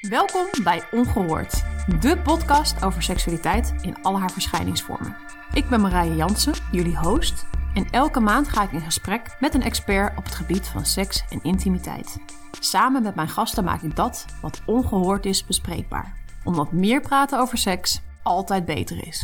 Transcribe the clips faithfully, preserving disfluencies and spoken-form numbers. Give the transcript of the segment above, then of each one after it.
Welkom bij Ongehoord, de podcast over seksualiteit in al haar verschijningsvormen. Ik ben Marije Jansen, jullie host, en elke maand ga ik in gesprek met een expert op het gebied van seks en intimiteit. Samen met mijn gasten maak ik dat wat ongehoord is bespreekbaar, omdat meer praten over seks altijd beter is.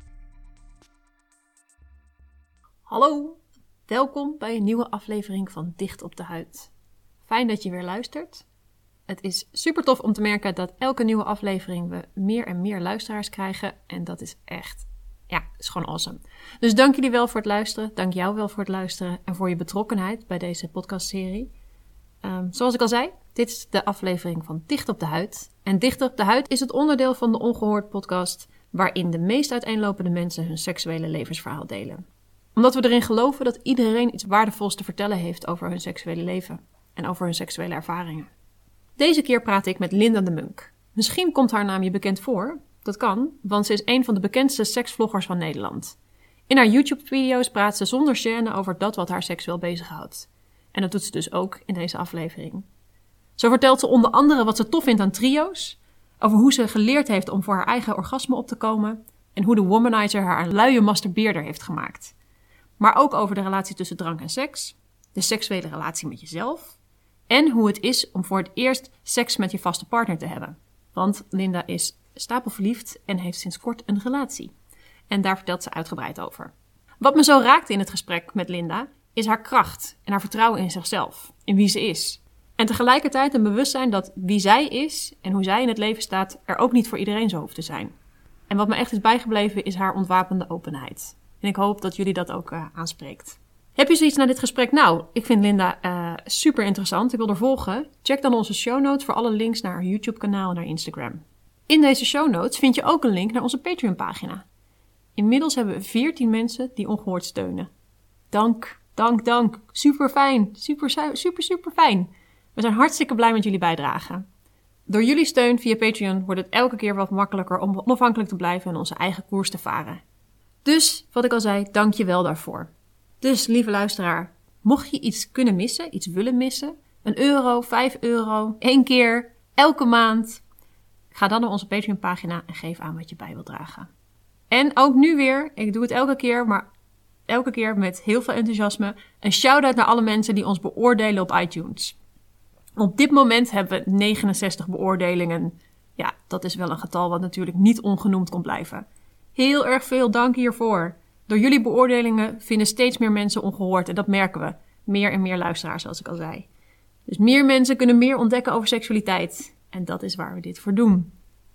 Hallo, welkom bij een nieuwe aflevering van Dicht op de Huid. Fijn dat je weer luistert. Het is super tof om te merken dat elke nieuwe aflevering we meer en meer luisteraars krijgen. En dat is echt, ja, is gewoon awesome. Dus dank jullie wel voor het luisteren. Dank jou wel voor het luisteren en voor je betrokkenheid bij deze podcastserie. Um, zoals ik al zei, dit is de aflevering van Dicht op de Huid. En Dicht op de Huid is het onderdeel van de Ongehoord podcast waarin de meest uiteenlopende mensen hun seksuele levensverhaal delen. Omdat we erin geloven dat iedereen iets waardevols te vertellen heeft over hun seksuele leven en over hun seksuele ervaringen. Deze keer praat ik met Linda de Munk. Misschien komt haar naam je bekend voor. Dat kan, want ze is een van de bekendste seksvloggers van Nederland. In haar YouTube-video's praat ze zonder gêne over dat wat haar seksueel bezighoudt. En dat doet ze dus ook in deze aflevering. Zo vertelt ze onder andere wat ze tof vindt aan trio's, over hoe ze geleerd heeft om voor haar eigen orgasme op te komen en hoe de womanizer haar een luie masturbeerder heeft gemaakt. Maar ook over de relatie tussen drank en seks, de seksuele relatie met jezelf en hoe het is om voor het eerst seks met je vaste partner te hebben. Want Linda is stapelverliefd en heeft sinds kort een relatie. En daar vertelt ze uitgebreid over. Wat me zo raakte in het gesprek met Linda is haar kracht en haar vertrouwen in zichzelf, in wie ze is. En tegelijkertijd een bewustzijn dat wie zij is en hoe zij in het leven staat er ook niet voor iedereen zo hoeft te zijn. En wat me echt is bijgebleven is haar ontwapende openheid. En ik hoop dat jullie dat ook uh, aanspreekt. Heb je zoiets na dit gesprek? Nou, ik vind Linda uh, super interessant. Ik wil haar volgen. Check dan onze show notes voor alle links naar haar YouTube-kanaal en haar Instagram. In deze show notes vind je ook een link naar onze Patreon-pagina. Inmiddels hebben we veertien mensen die Ongehoord steunen. Dank, dank, dank. Super fijn. Super, super, super fijn. We zijn hartstikke blij met jullie bijdrage. Door jullie steun via Patreon wordt het elke keer wat makkelijker om onafhankelijk te blijven en onze eigen koers te varen. Dus, wat ik al zei, dank je wel daarvoor. Dus, lieve luisteraar, mocht je iets kunnen missen, iets willen missen, een euro, vijf euro, één keer, elke maand, ga dan naar onze Patreon-pagina en geef aan wat je bij wilt dragen. En ook nu weer, ik doe het elke keer, maar elke keer met heel veel enthousiasme, een shout-out naar alle mensen die ons beoordelen op iTunes. Op dit moment hebben we negenenzestig beoordelingen. Ja, dat is wel een getal wat natuurlijk niet ongenoemd kon blijven. Heel erg veel dank hiervoor. Door jullie beoordelingen vinden steeds meer mensen Ongehoord en dat merken we. Meer en meer luisteraars, zoals ik al zei. Dus meer mensen kunnen meer ontdekken over seksualiteit. En dat is waar we dit voor doen.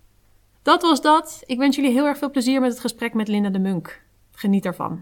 Dat was dat. Ik wens jullie heel erg veel plezier met het gesprek met Linda de Munk. Geniet ervan.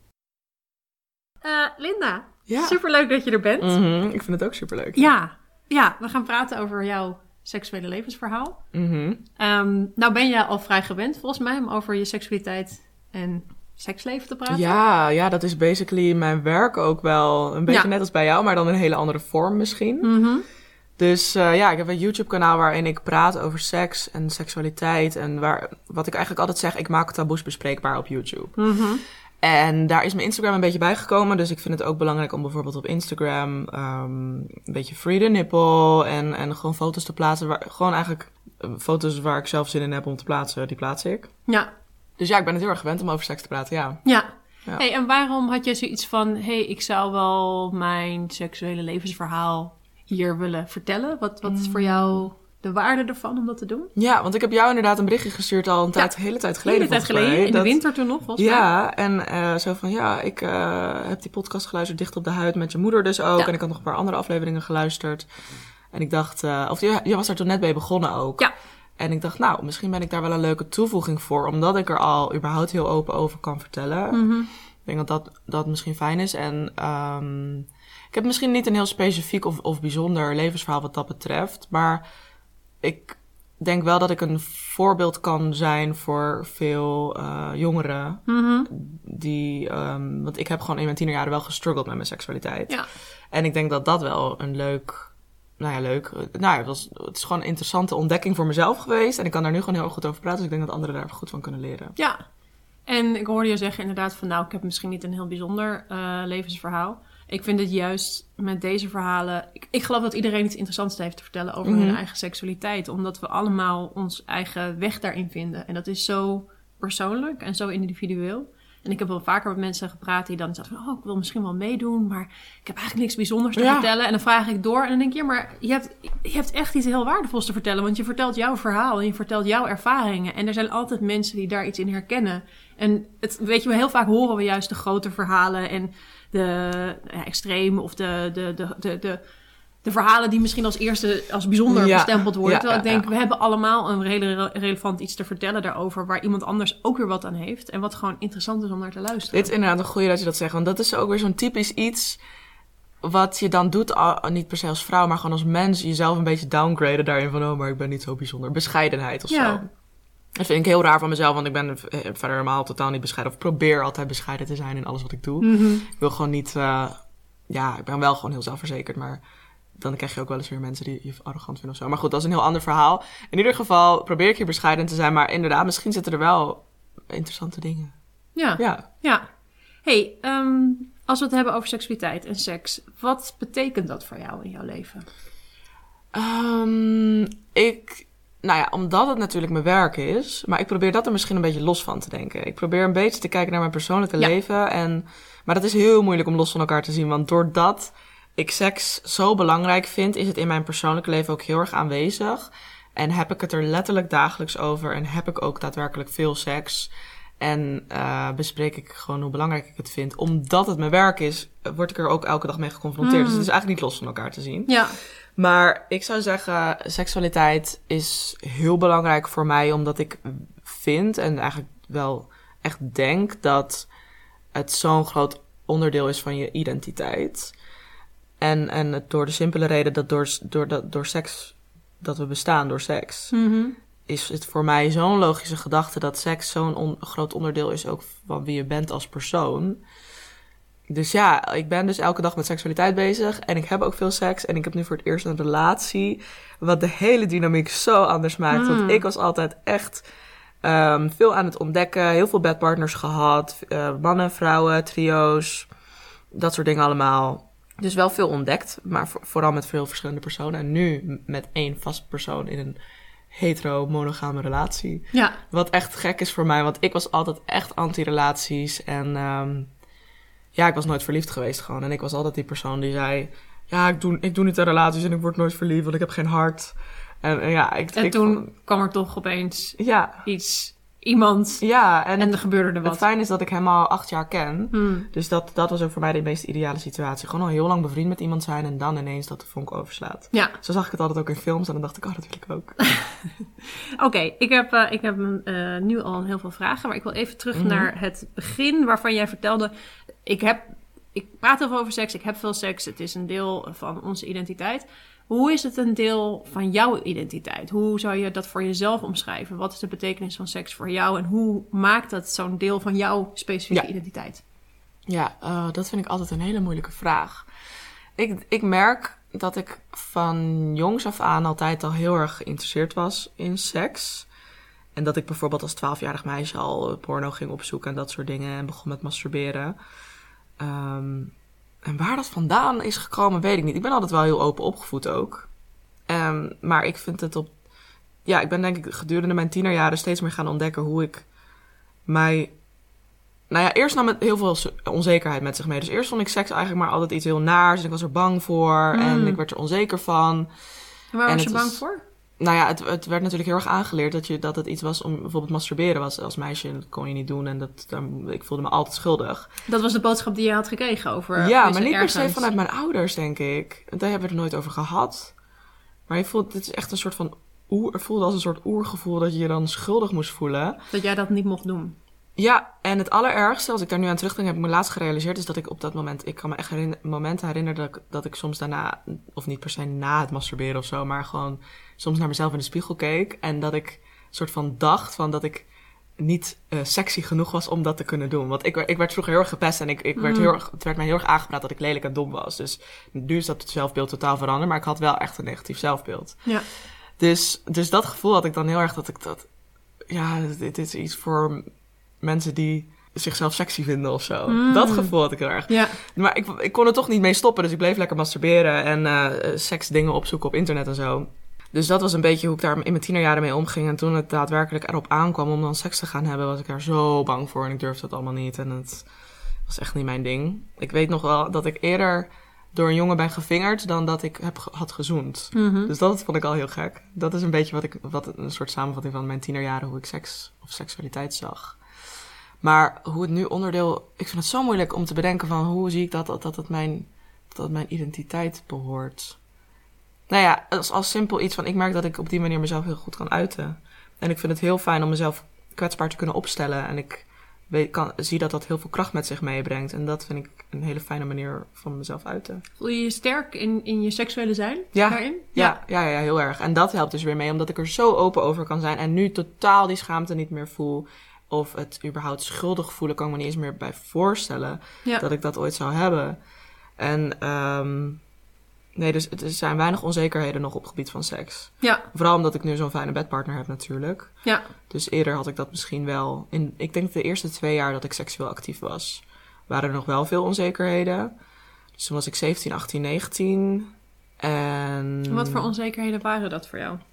Uh, Linda, ja. Superleuk dat je er bent. Mm-hmm, ik vind het ook superleuk. Ja, ja, we gaan praten over jouw seksuele levensverhaal. Mm-hmm. Um, nou ben je al vrij gewend volgens mij om over je seksualiteit en seksleven te praten. Ja, ja, dat is basically mijn werk ook wel. Een beetje ja. net als bij jou, maar dan in een hele andere vorm misschien. Mm-hmm. Dus uh, ja, ik heb een YouTube-kanaal waarin ik praat over seks en seksualiteit. En waar, wat ik eigenlijk altijd zeg, ik maak taboes bespreekbaar op YouTube. Mm-hmm. En daar is mijn Instagram een beetje bijgekomen. Dus ik vind het ook belangrijk om bijvoorbeeld op Instagram um, een beetje free the nipple en, en gewoon foto's te plaatsen. Waar, gewoon eigenlijk uh, foto's waar ik zelf zin in heb om te plaatsen, die plaats ik. Ja. Dus ja, ik ben het heel erg gewend om over seks te praten, ja. Ja. ja. Hey, en waarom had je zoiets van, hey, ik zou wel mijn seksuele levensverhaal hier willen vertellen? Wat, wat is voor jou de waarde ervan om dat te doen? Ja, want ik heb jou inderdaad een berichtje gestuurd al een tijd, ja. hele tijd geleden. Hele tijd geleden, mij, in dat, de winter toen nog, volgens mij. Ja, en uh, zo van, ja, ik uh, heb die podcast geluisterd, Dicht op de Huid, met je moeder dus ook. Ja. En ik had nog een paar andere afleveringen geluisterd. En ik dacht, uh, of je, je was er toen net mee begonnen ook. Ja. En ik dacht, nou, misschien ben ik daar wel een leuke toevoeging voor, omdat ik er al überhaupt heel open over kan vertellen. Mm-hmm. Ik denk dat dat, dat misschien fijn is. En um, ik heb misschien niet een heel specifiek of, of bijzonder levensverhaal wat dat betreft, maar ik denk wel dat ik een voorbeeld kan zijn voor veel uh, jongeren. Mm-hmm. Die, um, want ik heb gewoon in mijn tienerjaren wel gestruggeld met mijn seksualiteit. Ja. En ik denk dat dat wel een leuk, nou ja, leuk. Nou ja, het, was, het is gewoon een interessante ontdekking voor mezelf geweest. En ik kan daar nu gewoon heel erg goed over praten. Dus ik denk dat anderen daar goed van kunnen leren. Ja. En ik hoorde je zeggen inderdaad van, nou, ik heb misschien niet een heel bijzonder uh, levensverhaal. Ik vind het juist met deze verhalen... Ik, ik geloof dat iedereen iets interessants heeft te vertellen over Mm-hmm. hun eigen seksualiteit. Omdat we allemaal ons eigen weg daarin vinden. En dat is zo persoonlijk en zo individueel. En ik heb wel vaker met mensen gepraat die dan zeggen van... oh, ik wil misschien wel meedoen, maar ik heb eigenlijk niks bijzonders te Ja. vertellen. En dan vraag ik door en dan denk ik... ja, maar je hebt, je hebt echt iets heel waardevols te vertellen. Want je vertelt jouw verhaal en je vertelt jouw ervaringen. En er zijn altijd mensen die daar iets in herkennen. En het, weet je, heel vaak horen we juist de grote verhalen... en de ja, extreme of de, de, de, de, de, de verhalen die misschien als eerste als bijzonder Ja. bestempeld worden. Ja, Terwijl ik ja, denk, ja. we hebben allemaal een hele relevant iets te vertellen daarover... waar iemand anders ook weer wat aan heeft. En wat gewoon interessant is om naar te luisteren. Dit is inderdaad een goeie dat je dat zegt. Want dat is ook weer zo'n typisch iets... wat je dan doet, al- niet per se als vrouw... maar gewoon als mens jezelf een beetje downgraden daarin van... oh, maar ik ben niet zo bijzonder. Bescheidenheid of Ja. zo. Dat vind ik heel raar van mezelf, want ik ben v- verder helemaal totaal niet bescheiden. Of probeer altijd bescheiden te zijn in alles wat ik doe. Mm-hmm. Ik wil gewoon niet... Uh, ja, ik ben wel gewoon heel zelfverzekerd, maar... dan krijg je ook wel eens weer mensen die je arrogant vinden of zo. Maar goed, dat is een heel ander verhaal. In ieder geval probeer ik hier bescheiden te zijn... maar inderdaad, misschien zitten er wel interessante dingen. Ja, ja. Ja. Hey, um, als we het hebben over seksualiteit en seks... wat betekent dat voor jou in jouw leven? Um, ik... Nou ja, omdat het natuurlijk mijn werk is... maar ik probeer dat er misschien een beetje los van te denken. Ik probeer een beetje te kijken naar mijn persoonlijke Ja. leven. En, maar dat is heel moeilijk om los van elkaar te zien. Want doordat ik seks zo belangrijk vind... is het in mijn persoonlijke leven ook heel erg aanwezig. En heb ik het er letterlijk dagelijks over... en heb ik ook daadwerkelijk veel seks... En uh, bespreek ik gewoon hoe belangrijk ik het vind. Omdat het mijn werk is, word ik er ook elke dag mee geconfronteerd. Mm. Dus het is eigenlijk niet los van elkaar te zien. Ja, Maar ik zou zeggen, seksualiteit is heel belangrijk voor mij... omdat ik vind en eigenlijk wel echt denk... dat het zo'n groot onderdeel is van je identiteit. En, en het door de simpele reden dat door, door, dat, door seks... dat we bestaan door seks... mm-hmm. is het voor mij zo'n logische gedachte... dat seks zo'n on- groot onderdeel is ook van wie je bent als persoon. Dus ja, ik ben dus elke dag met seksualiteit bezig... en ik heb ook veel seks... en ik heb nu voor het eerst een relatie... wat de hele dynamiek zo anders maakt. Mm. Want ik was altijd echt um, veel aan het ontdekken... heel veel bedpartners gehad... Uh, mannen, vrouwen, trio's... dat soort dingen allemaal... Dus wel veel ontdekt, maar voor, vooral met veel verschillende personen. En nu met één vast persoon in een hetero-monogame relatie. Ja, Wat echt gek is voor mij, want ik was altijd echt anti-relaties. En um, ja, ik was nooit verliefd geweest gewoon. En ik was altijd die persoon die zei... Ja, ik doe, ik doe niet aan relaties en ik word nooit verliefd, want ik heb geen hart. En, en ja, ik... en ik toen vond- kwam er toch opeens Ja, iets, iemand... ja. En, en er gebeurde er het wat. fijn is dat ik hem al acht jaar ken. Hmm. Dus dat, dat was ook voor mij de meest ideale situatie. Gewoon al heel lang bevriend met iemand zijn en dan ineens dat de vonk overslaat. Ja, Zo zag ik het altijd ook in films en dan dacht ik, oh, dat wil ik ook. oké. Ik heb, uh, ik heb uh, nu al heel veel vragen, maar ik wil even terug Mhm. naar het begin waarvan jij vertelde... Ik, heb, ik praat heel veel over seks, ik heb veel seks, het is een deel van onze identiteit. Hoe is het een deel van jouw identiteit? Hoe zou je dat voor jezelf omschrijven? Wat is de betekenis van seks voor jou en hoe maakt dat zo'n deel van jouw specifieke Ja. identiteit? Ja, uh, dat vind ik altijd een hele moeilijke vraag. Ik, ik merk dat ik van jongs af aan altijd al heel erg geïnteresseerd was in seks. En dat ik bijvoorbeeld als twaalfjarig meisje al porno ging opzoeken en dat soort dingen. En begon met masturberen. Um, en waar dat vandaan is gekomen, weet ik niet. Ik ben altijd wel heel open opgevoed ook. Um, maar ik vind het op... Ja, ik ben denk ik gedurende mijn tienerjaren steeds meer gaan ontdekken hoe ik mij... Nou ja, eerst nam het heel veel onzekerheid met zich mee. Dus eerst vond ik seks eigenlijk maar altijd iets heel naars. En ik was er bang voor. Mm. En ik werd er onzeker van. En waar En was je het bang was- voor? Nou ja, het, het werd natuurlijk heel erg aangeleerd dat, je, dat het iets was om bijvoorbeeld masturberen was als meisje. Dat kon je niet doen en dat, daar, ik voelde me altijd schuldig. Dat was de boodschap die je had gekregen over... ja, is maar er niet per se ergens- vanuit mijn ouders, denk ik. Daar hebben we het nooit over gehad. Maar je voelt, het is echt een soort van oer, het voelde als een soort oergevoel dat je je dan schuldig moest voelen. Dat jij dat niet mocht doen. Ja, en het allerergste, als ik daar nu aan terugdenk, heb ik me laatst gerealiseerd, is dat ik op dat moment, ik kan me echt herinner, momenten herinneren dat ik, dat ik soms daarna, of niet per se na het masturberen of zo, maar gewoon soms naar mezelf in de spiegel keek en dat ik soort van dacht van dat ik niet uh, sexy genoeg was om dat te kunnen doen. Want ik, ik werd vroeger heel erg gepest en ik, ik werd Mm. heel erg, het werd mij heel erg aangepraat dat ik lelijk en dom was. Dus nu is dat het zelfbeeld totaal veranderd, maar ik had wel echt een negatief zelfbeeld. Ja. Dus, dus dat gevoel had ik dan heel erg dat ik dat... Ja, dit is iets voor mensen die zichzelf sexy vinden of zo. Mm. Dat gevoel had ik heel erg. Ja. Maar ik, ik kon er toch niet mee stoppen, dus ik bleef lekker masturberen en uh, seksdingen opzoeken op internet en zo. Dus dat was een beetje hoe ik daar in mijn tienerjaren mee omging. En toen het daadwerkelijk erop aankwam om dan seks te gaan hebben, was ik daar zo bang voor en ik durfde het allemaal niet. En het was echt niet mijn ding. Ik weet nog wel dat ik eerder door een jongen ben gevingerd dan dat ik heb, had gezoend. Mm-hmm. Dus dat vond ik al heel gek. Dat is een beetje wat ik, wat een soort samenvatting van mijn tienerjaren, hoe ik seks of seksualiteit zag. Maar hoe het nu onderdeel... Ik vind het zo moeilijk om te bedenken van hoe zie ik dat, dat, dat, het, mijn, dat het mijn identiteit behoort. Nou ja, als, als simpel iets van ik merk dat ik op die manier mezelf heel goed kan uiten. En ik vind het heel fijn om mezelf kwetsbaar te kunnen opstellen. En ik weet, kan, zie dat dat heel veel kracht met zich meebrengt. En dat vind ik een hele fijne manier van mezelf uiten. Voel je je sterk in, in je seksuele zijn ja, daarin? Ja, ja, ja, ja, heel erg. En dat helpt dus weer mee, omdat ik er zo open over kan zijn. En nu totaal die schaamte niet meer voel. Of het überhaupt schuldig voelen, kan ik me niet eens meer bij voorstellen. Ja. Dat ik dat ooit zou hebben. En um, nee, dus er zijn weinig onzekerheden nog op het gebied van seks. Ja. Vooral omdat ik nu zo'n fijne bedpartner heb natuurlijk. Ja. Dus eerder had ik dat misschien wel. In, ik denk de eerste twee jaar dat ik seksueel actief was, waren er nog wel veel onzekerheden. Dus toen was ik zeventien, achttien, negentien. En Wat voor onzekerheden waren dat voor jou?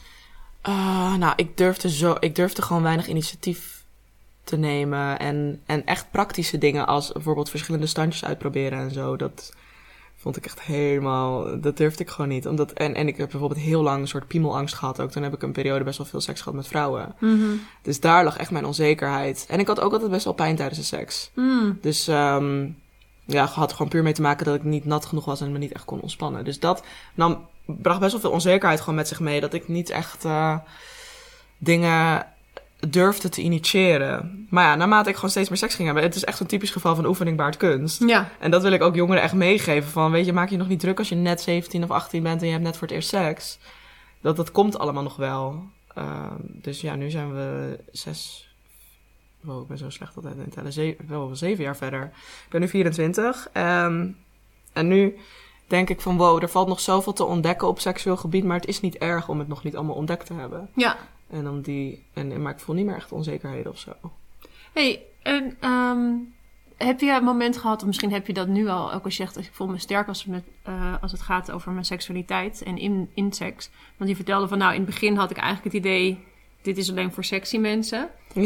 Uh, nou, ik durfde, zo, ik durfde gewoon weinig initiatief te nemen. En, en echt praktische dingen als bijvoorbeeld verschillende standjes uitproberen en zo. Dat vond ik echt helemaal... Dat durfde ik gewoon niet. Omdat, en, en ik heb bijvoorbeeld heel lang een soort piemelangst gehad ook. Toen heb ik een periode best wel veel seks gehad met vrouwen. Mm-hmm. Dus daar lag echt mijn onzekerheid. En ik had ook altijd best wel pijn tijdens de seks. Mm. Dus um, ja, had er gewoon puur mee te maken dat ik niet nat genoeg was en me niet echt kon ontspannen. Dus dat nam, bracht best wel veel onzekerheid gewoon met zich mee. Dat ik niet echt uh, dingen durfde te initiëren. Maar ja, naarmate ik gewoon steeds meer seks ging hebben... Het is echt zo'n typisch geval van oefening baart kunst. Ja. En dat wil ik ook jongeren echt meegeven. Van, weet je, maak je nog niet druk als je net zeventien of achttien bent... en je hebt net voor het eerst seks. Dat, dat komt allemaal nog wel. Uh, dus ja, nu zijn we zes... Wow, ik ben zo slecht altijd in het tellen. Zeven, wel zeven jaar verder. Ik ben nu vierentwintig. Um, en nu denk ik van, wow, er valt nog zoveel te ontdekken op seksueel gebied... maar het is niet erg om het nog niet allemaal ontdekt te hebben. Ja. En om die, en, maar ik voel niet meer echt onzekerheden of zo. Hey, en um, heb je een moment gehad, of misschien heb je dat nu al, ook als je zegt, ik voel me sterk als, met, uh, als het gaat over mijn seksualiteit en in, in seks. Want je vertelde van, nou, in het begin had ik eigenlijk het idee, dit is alleen voor sexy mensen.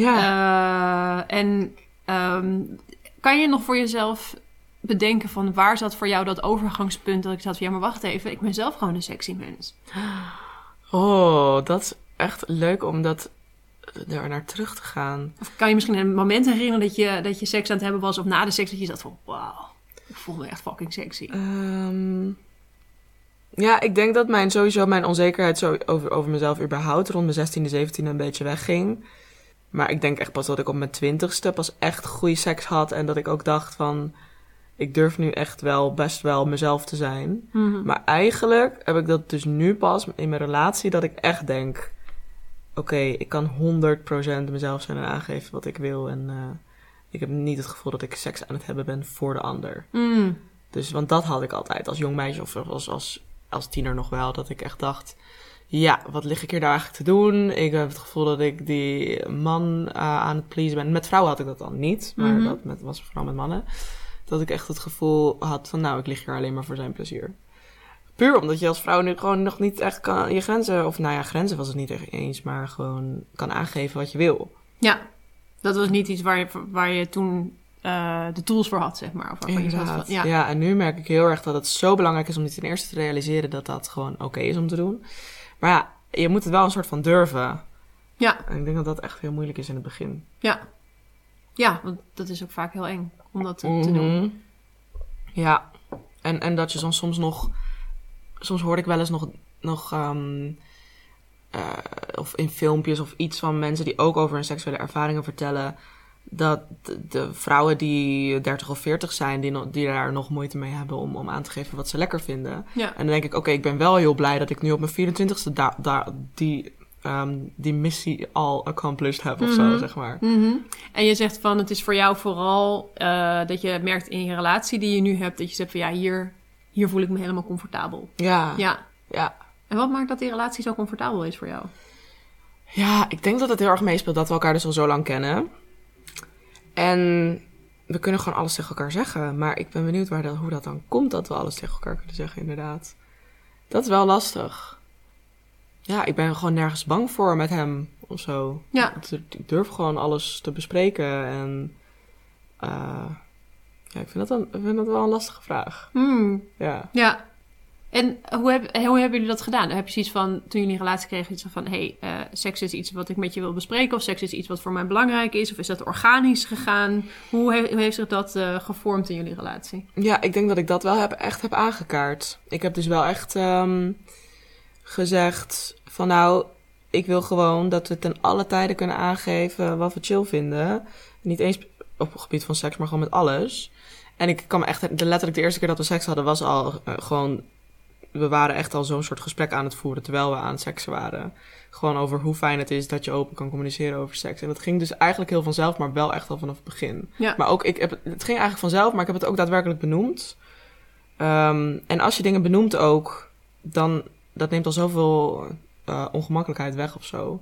Ja. Uh, en um, kan je nog voor jezelf bedenken van, waar zat voor jou dat overgangspunt dat ik zat van, ja, maar wacht even, ik ben zelf gewoon een sexy mens. Oh, dat is echt leuk om dat daar naar terug te gaan. Of kan je misschien een moment herinneren dat je, dat je seks aan het hebben was... of na de seks dat je zat van... wauw, ik voel me echt fucking sexy. Um, ja, ik denk dat mijn, sowieso mijn onzekerheid zo over, over mezelf überhaupt... rond mijn zestiende, zeventiende een beetje wegging. Maar ik denk echt pas dat ik op mijn twintigste... pas echt goede seks had. En dat ik ook dacht van... ik durf nu echt wel best wel mezelf te zijn. Mm-hmm. Maar eigenlijk heb ik dat dus nu pas in mijn relatie... dat ik echt denk... Oké, okay, ik kan honderd procent mezelf zijn en aangeven wat ik wil. En uh, ik heb niet het gevoel dat ik seks aan het hebben ben voor de ander. Mm. Dus, want dat had ik altijd als jong meisje of als, als, als tiener nog wel. Dat ik echt dacht, ja, wat lig ik hier nou eigenlijk te doen? Ik heb het gevoel dat ik die man uh, aan het pleasen ben. Met vrouwen had ik dat dan niet, maar Mm-hmm. dat met, was vooral met mannen. Dat ik echt het gevoel had van, nou, ik lig hier alleen maar voor zijn plezier. Puur omdat je als vrouw nu gewoon nog niet echt kan je grenzen... Of nou ja, grenzen was het niet echt eens... maar gewoon kan aangeven wat je wil. Ja, dat was niet iets waar je, waar je toen uh, de tools voor had, zeg maar. Of waarvan je zat van, ja. ja, en nu merk ik heel erg dat het zo belangrijk is... om dit ten eerste te realiseren dat dat gewoon oké okay is om te doen. Maar ja, je moet het wel een soort van durven. Ja. En ik denk dat dat echt heel moeilijk is in het begin. Ja. Ja, want dat is ook vaak heel eng om dat te, mm-hmm. te doen. Ja, en, en dat je dan soms nog... Soms hoorde ik wel eens nog, nog um, uh, of in filmpjes of iets van mensen die ook over hun seksuele ervaringen vertellen, dat de, de vrouwen die dertig of veertig zijn, die, no, die daar nog moeite mee hebben om, om aan te geven wat ze lekker vinden. Ja. En dan denk ik, oké, okay, ik ben wel heel blij dat ik nu op mijn vierentwintigste da, da, die, um, die missie al accomplished heb of mm-hmm. zo, zeg maar. Mm-hmm. En je zegt van, het is voor jou vooral uh, dat je merkt in je relatie die je nu hebt, dat je zegt van, ja, hier... Hier voel ik me helemaal comfortabel. Ja. Ja. Ja. En wat maakt dat die relatie zo comfortabel is voor jou? Ja, ik denk dat het heel erg meespeelt dat we elkaar dus al zo lang kennen. En we kunnen gewoon alles tegen elkaar zeggen. Maar ik ben benieuwd waar dat, hoe dat dan komt dat we alles tegen elkaar kunnen zeggen, inderdaad. Dat is wel lastig. Ja, ik ben gewoon nergens bang voor met hem of zo. Ja. Ik durf gewoon alles te bespreken. En uh, ja, ik vind dat, een, ik vind dat wel een lastige vraag. Hmm. Ja. Ja. En hoe, heb, hoe hebben jullie dat gedaan? Heb je zoiets van, toen jullie een relatie kregen, iets van... hé, hey, uh, seks is iets wat ik met je wil bespreken... of seks is iets wat voor mij belangrijk is... of is dat organisch gegaan? Hoe, he, hoe heeft zich dat uh, gevormd in jullie relatie? Ja, ik denk dat ik dat wel heb, echt heb aangekaart. Ik heb dus wel echt um, gezegd van nou... ik wil gewoon dat we ten alle tijden kunnen aangeven wat we chill vinden. Niet eens op het gebied van seks, maar gewoon met alles. En ik kan me echt... letterlijk de eerste keer dat we seks hadden was al uh, gewoon... we waren echt al zo'n soort gesprek aan het voeren terwijl we aan het seksen waren. Gewoon over hoe fijn het is dat je open kan communiceren over seks. En dat ging dus eigenlijk heel vanzelf, maar wel echt al vanaf het begin. Ja. Maar ook, ik heb, het ging eigenlijk vanzelf, maar ik heb het ook daadwerkelijk benoemd. Um, en als je dingen benoemt ook, dan dat neemt al zoveel uh, ongemakkelijkheid weg of zo.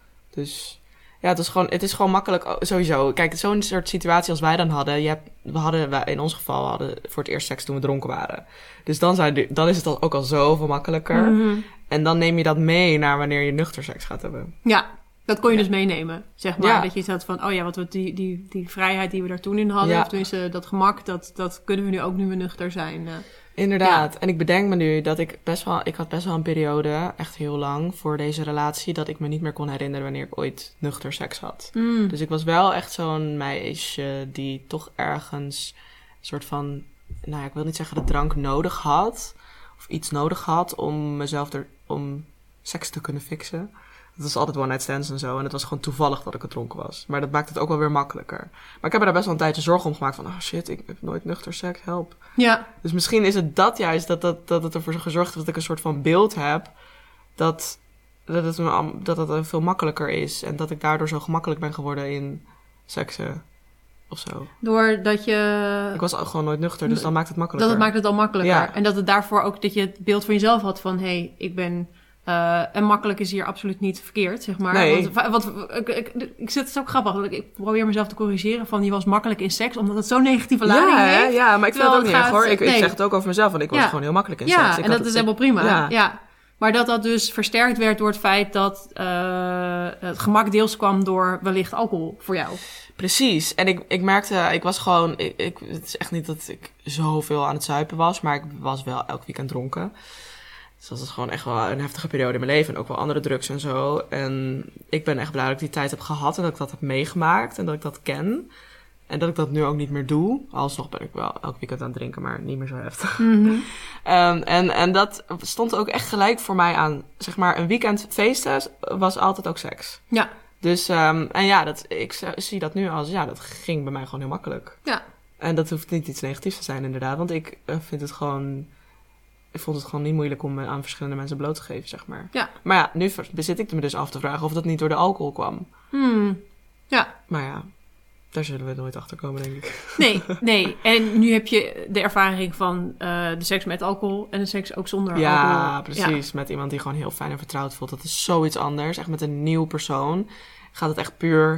Dus ja, het is gewoon, het is gewoon makkelijk sowieso. Kijk, zo'n soort situatie als wij dan hadden. Je hebt, we hadden wij, in ons geval hadden voor het eerst seks toen we dronken waren. Dus dan, zijn, dan is het al, ook al zoveel makkelijker. Mm-hmm. En dan neem je dat mee naar wanneer je nuchter seks gaat hebben. Ja, dat kon je ja. dus meenemen. Zeg maar ja. dat je zegt van, oh ja, wat we die, die, die vrijheid die we daar toen in hadden. Ja. Of tenminste dat gemak, dat, dat kunnen we nu ook nu we nuchter zijn. Uh, Inderdaad. Ja. En ik bedenk me nu dat ik best wel... ik had best wel een periode, echt heel lang, voor deze relatie... dat ik me niet meer kon herinneren wanneer ik ooit nuchter seks had. Mm. Dus ik was wel echt zo'n meisje die toch ergens... een soort van... nou ja, ik wil niet zeggen de drank nodig had... of iets nodig had om mezelf er... om seks te kunnen fixen. Het was altijd one night stands en zo. En het was gewoon toevallig dat ik het dronken was. Maar dat maakt het ook wel weer makkelijker. Maar ik heb er daar best wel een tijdje zorgen om gemaakt. Van, oh shit, ik heb nooit nuchter seks, help. Ja. Dus misschien is het dat juist, dat, dat, dat het ervoor gezorgd heeft dat ik een soort van beeld heb. Dat, dat, het, dat het veel makkelijker is. En dat ik daardoor zo gemakkelijk ben geworden in seksen. Of zo. Doordat je... Ik was gewoon nooit nuchter, dus dan maakt het makkelijker. Dat het maakt het al makkelijker. Ja. En dat het daarvoor ook, dat je het beeld van jezelf had van... hé, hey, ik ben... Uh, en makkelijk is hier absoluut niet verkeerd, zeg maar. Nee. Want, want ik, ik, ik zit het zo grappig, want ik, ik probeer mezelf te corrigeren van... je was makkelijk in seks, omdat het zo'n negatieve lading ja, heeft. Ja, maar ik vind het ook niet erg, hoor. Ik, nee. ik zeg het ook over mezelf, want ik was ja. gewoon heel makkelijk in ja, seks. Ik en dat is het, helemaal prima. Ja. ja. Maar dat dat dus versterkt werd door het feit dat uh, het gemak deels kwam door wellicht alcohol voor jou. Precies. En ik, ik merkte, ik was gewoon... Ik, ik, het is echt niet dat ik zoveel aan het zuipen was, maar ik was wel elk weekend dronken. Dus dat was gewoon echt wel een heftige periode in mijn leven. En ook wel andere drugs en zo. En ik ben echt blij dat ik die tijd heb gehad en dat ik dat heb meegemaakt en dat ik dat ken. En dat ik dat nu ook niet meer doe. Alsnog ben ik wel elk weekend aan het drinken, maar niet meer zo heftig. Mm-hmm. um, en, en dat stond ook echt gelijk voor mij aan. Zeg maar, een weekend feesten was altijd ook seks. Ja. Dus, um, en ja, dat, ik zie dat nu als, ja, dat ging bij mij gewoon heel makkelijk. Ja. En dat hoeft niet iets negatiefs te zijn, inderdaad. Want ik uh, vind het gewoon... Ik vond het gewoon niet moeilijk om me aan verschillende mensen bloot te geven, zeg maar. Ja. Maar ja, nu bezit ik me dus af te vragen of dat niet door de alcohol kwam. Hmm. Ja. Maar ja, daar zullen we nooit achter komen, denk ik. Nee, nee. En nu heb je de ervaring van uh, de seks met alcohol en de seks ook zonder ja, alcohol. Precies. Ja, met iemand die gewoon heel fijn en vertrouwd voelt. Dat is zoiets anders. Echt met een nieuw persoon gaat het echt puur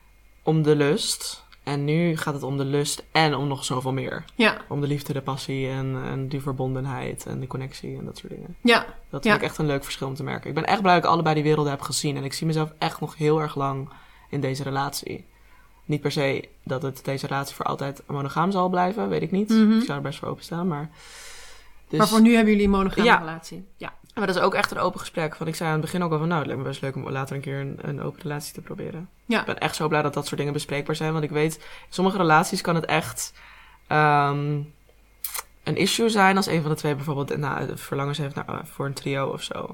om de lust. En nu gaat het om de lust en om nog zoveel meer. Ja. Om de liefde, de passie en, en die verbondenheid en de connectie en dat soort dingen. Ja. Dat vind ja. ik echt een leuk verschil om te merken. Ik ben echt blij dat ik allebei die werelden heb gezien. En ik zie mezelf echt nog heel erg lang in deze relatie. Niet per se dat het deze relatie voor altijd monogaam zal blijven, weet ik niet. Mm-hmm. Ik zou er best voor openstaan, maar... Dus... Maar voor nu hebben jullie een monogame ja. relatie. Ja. Maar dat is ook echt een open gesprek. Want ik zei aan het begin ook al van... nou, het lijkt me best leuk om later een keer een, een open relatie te proberen. Ja. Ik ben echt zo blij dat dat soort dingen bespreekbaar zijn. Want ik weet, in sommige relaties kan het echt um, een issue zijn... als een van de twee bijvoorbeeld nou, verlangens heeft naar, voor een trio of zo.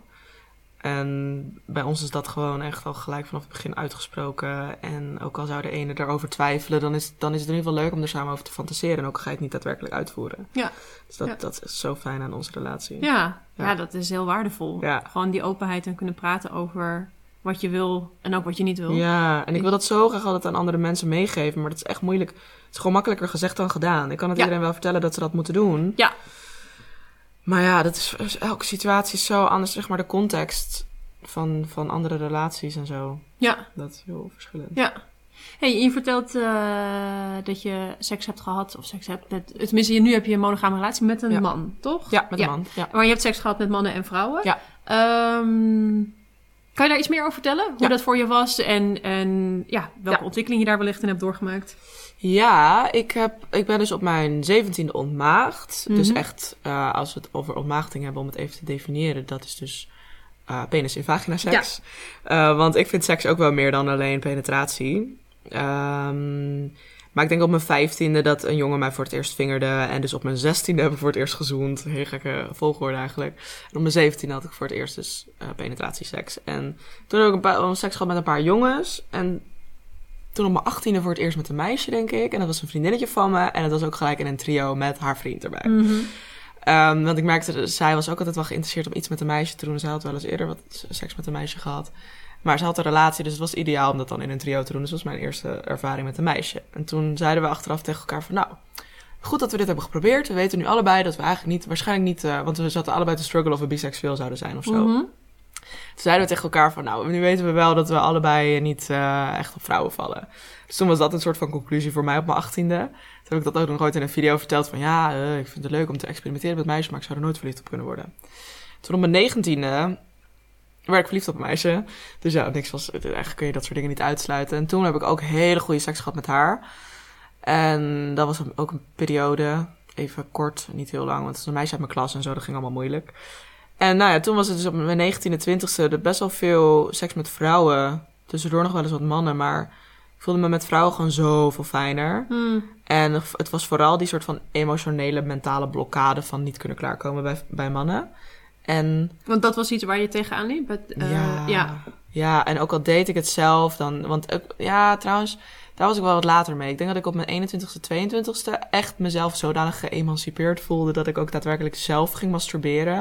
En bij ons is dat gewoon echt al gelijk vanaf het begin uitgesproken. En ook al zou de ene erover twijfelen... dan is, dan is het in ieder geval leuk om er samen over te fantaseren. En ook al ga je het niet daadwerkelijk uitvoeren. Ja. Dus dat, ja. dat is zo fijn aan onze relatie. Ja, ja. ja dat is heel waardevol. Ja. Gewoon die openheid en kunnen praten over wat je wil en ook wat je niet wil. Ja, en ik wil dat zo graag altijd aan andere mensen meegeven. Maar dat is echt moeilijk. Het is gewoon makkelijker gezegd dan gedaan. Ik kan het ja. iedereen wel vertellen dat ze dat moeten doen. Ja. Maar ja, dat is, elke situatie is zo anders. Zeg maar de context van, van andere relaties en zo. Ja. Dat is heel verschillend. Ja. Hey, je vertelt uh, dat je seks hebt gehad, of seks hebt met... Tenminste, nu heb je een monogame relatie met een ja. man, toch? Ja, met een ja. man. Ja. Maar je hebt seks gehad met mannen en vrouwen. Ja. Um, kan je daar iets meer over vertellen? Hoe ja. dat voor je was en, en ja, welke ja. ontwikkeling je daar wellicht in hebt doorgemaakt? Ja, ik, heb, ik ben dus op mijn zeventiende ontmaagd. Mm-hmm. Dus echt, uh, als we het over ontmaagding hebben, om het even te definiëren, dat is dus uh, penis in vagina seks. Ja. Uh, want ik vind seks ook wel meer dan alleen penetratie. Um, maar ik denk op mijn vijftiende dat een jongen mij voor het eerst vingerde. En dus op mijn zestiende heb ik voor het eerst gezoend. Heel gekke volgorde eigenlijk. En op mijn zeventiende had ik voor het eerst dus uh, penetratieseks. En toen heb ik een paar, seks gehad met een paar jongens. En toen op mijn achttiende voor het eerst met een meisje, denk ik. En dat was een vriendinnetje van me. En dat was ook gelijk in een trio met haar vriend erbij. Mm-hmm. Um, want ik merkte, zij was ook altijd wel geïnteresseerd om iets met een meisje te doen. Zij had wel eens eerder wat seks met een meisje gehad. Maar ze had een relatie, dus het was ideaal om dat dan in een trio te doen. Dus dat was mijn eerste ervaring met een meisje. En toen zeiden we achteraf tegen elkaar van, nou, goed dat we dit hebben geprobeerd. We weten nu allebei dat we eigenlijk niet, waarschijnlijk niet, uh, want we zaten allebei te struggle of we biseksueel zouden zijn of zo. Mm-hmm. Toen zeiden we tegen elkaar van, nou, nu weten we wel dat we allebei niet uh, echt op vrouwen vallen. Dus toen was dat een soort van conclusie voor mij op mijn achttiende. Toen heb ik dat ook nog ooit in een video verteld van, ja, uh, ik vind het leuk om te experimenteren met meisjes, maar ik zou er nooit verliefd op kunnen worden. Toen op mijn negentiende werd ik verliefd op een meisje. Dus ja, niks was, eigenlijk kun je dat soort dingen niet uitsluiten. En toen heb ik ook hele goede seks gehad met haar. En dat was ook een periode, even kort, niet heel lang, want het was een meisje uit mijn klas en zo, dat ging allemaal moeilijk. En nou ja, toen was het dus op mijn negentiende, twintigste best wel veel seks met vrouwen. Tussendoor nog wel eens wat mannen, maar ik voelde me met vrouwen gewoon zoveel fijner. Mm. En het was vooral die soort van emotionele, mentale blokkade van niet kunnen klaarkomen bij, bij mannen. En, want dat was iets waar je tegenaan liep? But, uh, ja, ja. ja, en ook al deed ik het zelf, dan... Want ja, trouwens, daar was ik wel wat later mee. Ik denk dat ik op mijn eenentwintigste, tweeëntwintigste echt mezelf zodanig geëmancipeerd voelde dat ik ook daadwerkelijk zelf ging masturberen.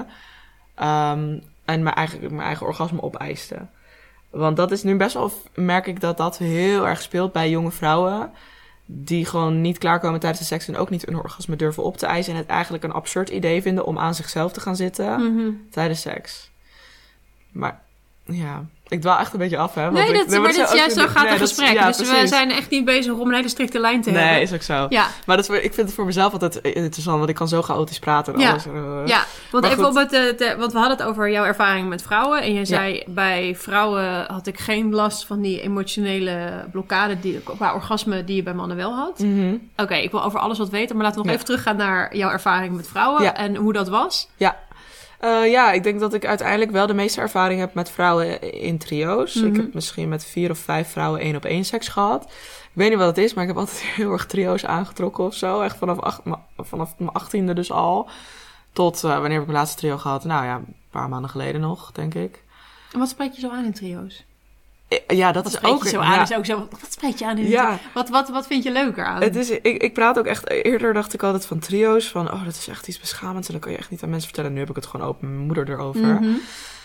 Um, en mijn eigen, mijn eigen orgasme opeiste. Want dat is nu best wel, merk ik dat dat heel erg speelt bij jonge vrouwen. Die gewoon niet klaarkomen tijdens de seks en ook niet een orgasme durven op te eisen. En het eigenlijk een absurd idee vinden om aan zichzelf te gaan zitten mm-hmm. tijdens seks. Maar ja, ik dwaal echt een beetje af, hè. Want nee, ik, dat, nee, maar dit, ja, zo gaat nee, het gesprek. Is, ja, dus precies. we zijn echt niet bezig om een hele strikte lijn te nee, hebben. Nee, is ook zo. Ja. Maar dat is, ik vind het voor mezelf altijd interessant, want ik kan zo chaotisch praten en ja. alles. Uh, ja, want even goed. op het, uh, want we hadden het over jouw ervaring met vrouwen. En je zei, ja. bij vrouwen had ik geen last van die emotionele blokkade die, qua orgasme die je bij mannen wel had. Mm-hmm. Oké, okay, ik wil over alles wat weten, maar laten we nog ja. even teruggaan naar jouw ervaring met vrouwen ja. en hoe dat was. Ja. Uh, ja, ik denk dat ik uiteindelijk wel de meeste ervaring heb met vrouwen in trio's. Mm-hmm. Ik heb misschien met vier of vijf vrouwen één op één seks gehad. Ik weet niet wat het is, maar ik heb altijd heel erg trio's aangetrokken of zo. Echt vanaf, acht, vanaf mijn achttiende dus al. Tot, uh, wanneer heb ik mijn laatste trio gehad? Nou ja, een paar maanden geleden nog, denk ik. En wat spreek je zo aan in trio's? Ja, dat wat is ook... Je zo aan, ja. is ook zo, wat spreek je aan in ja. wat, wat, wat vind je leuker aan? Het is, ik, ik praat ook echt... Eerder dacht ik altijd van trio's, van... Oh, dat is echt iets beschamends en dat kan je echt niet aan mensen vertellen. Nu heb ik het gewoon open met mijn moeder erover. Mm-hmm.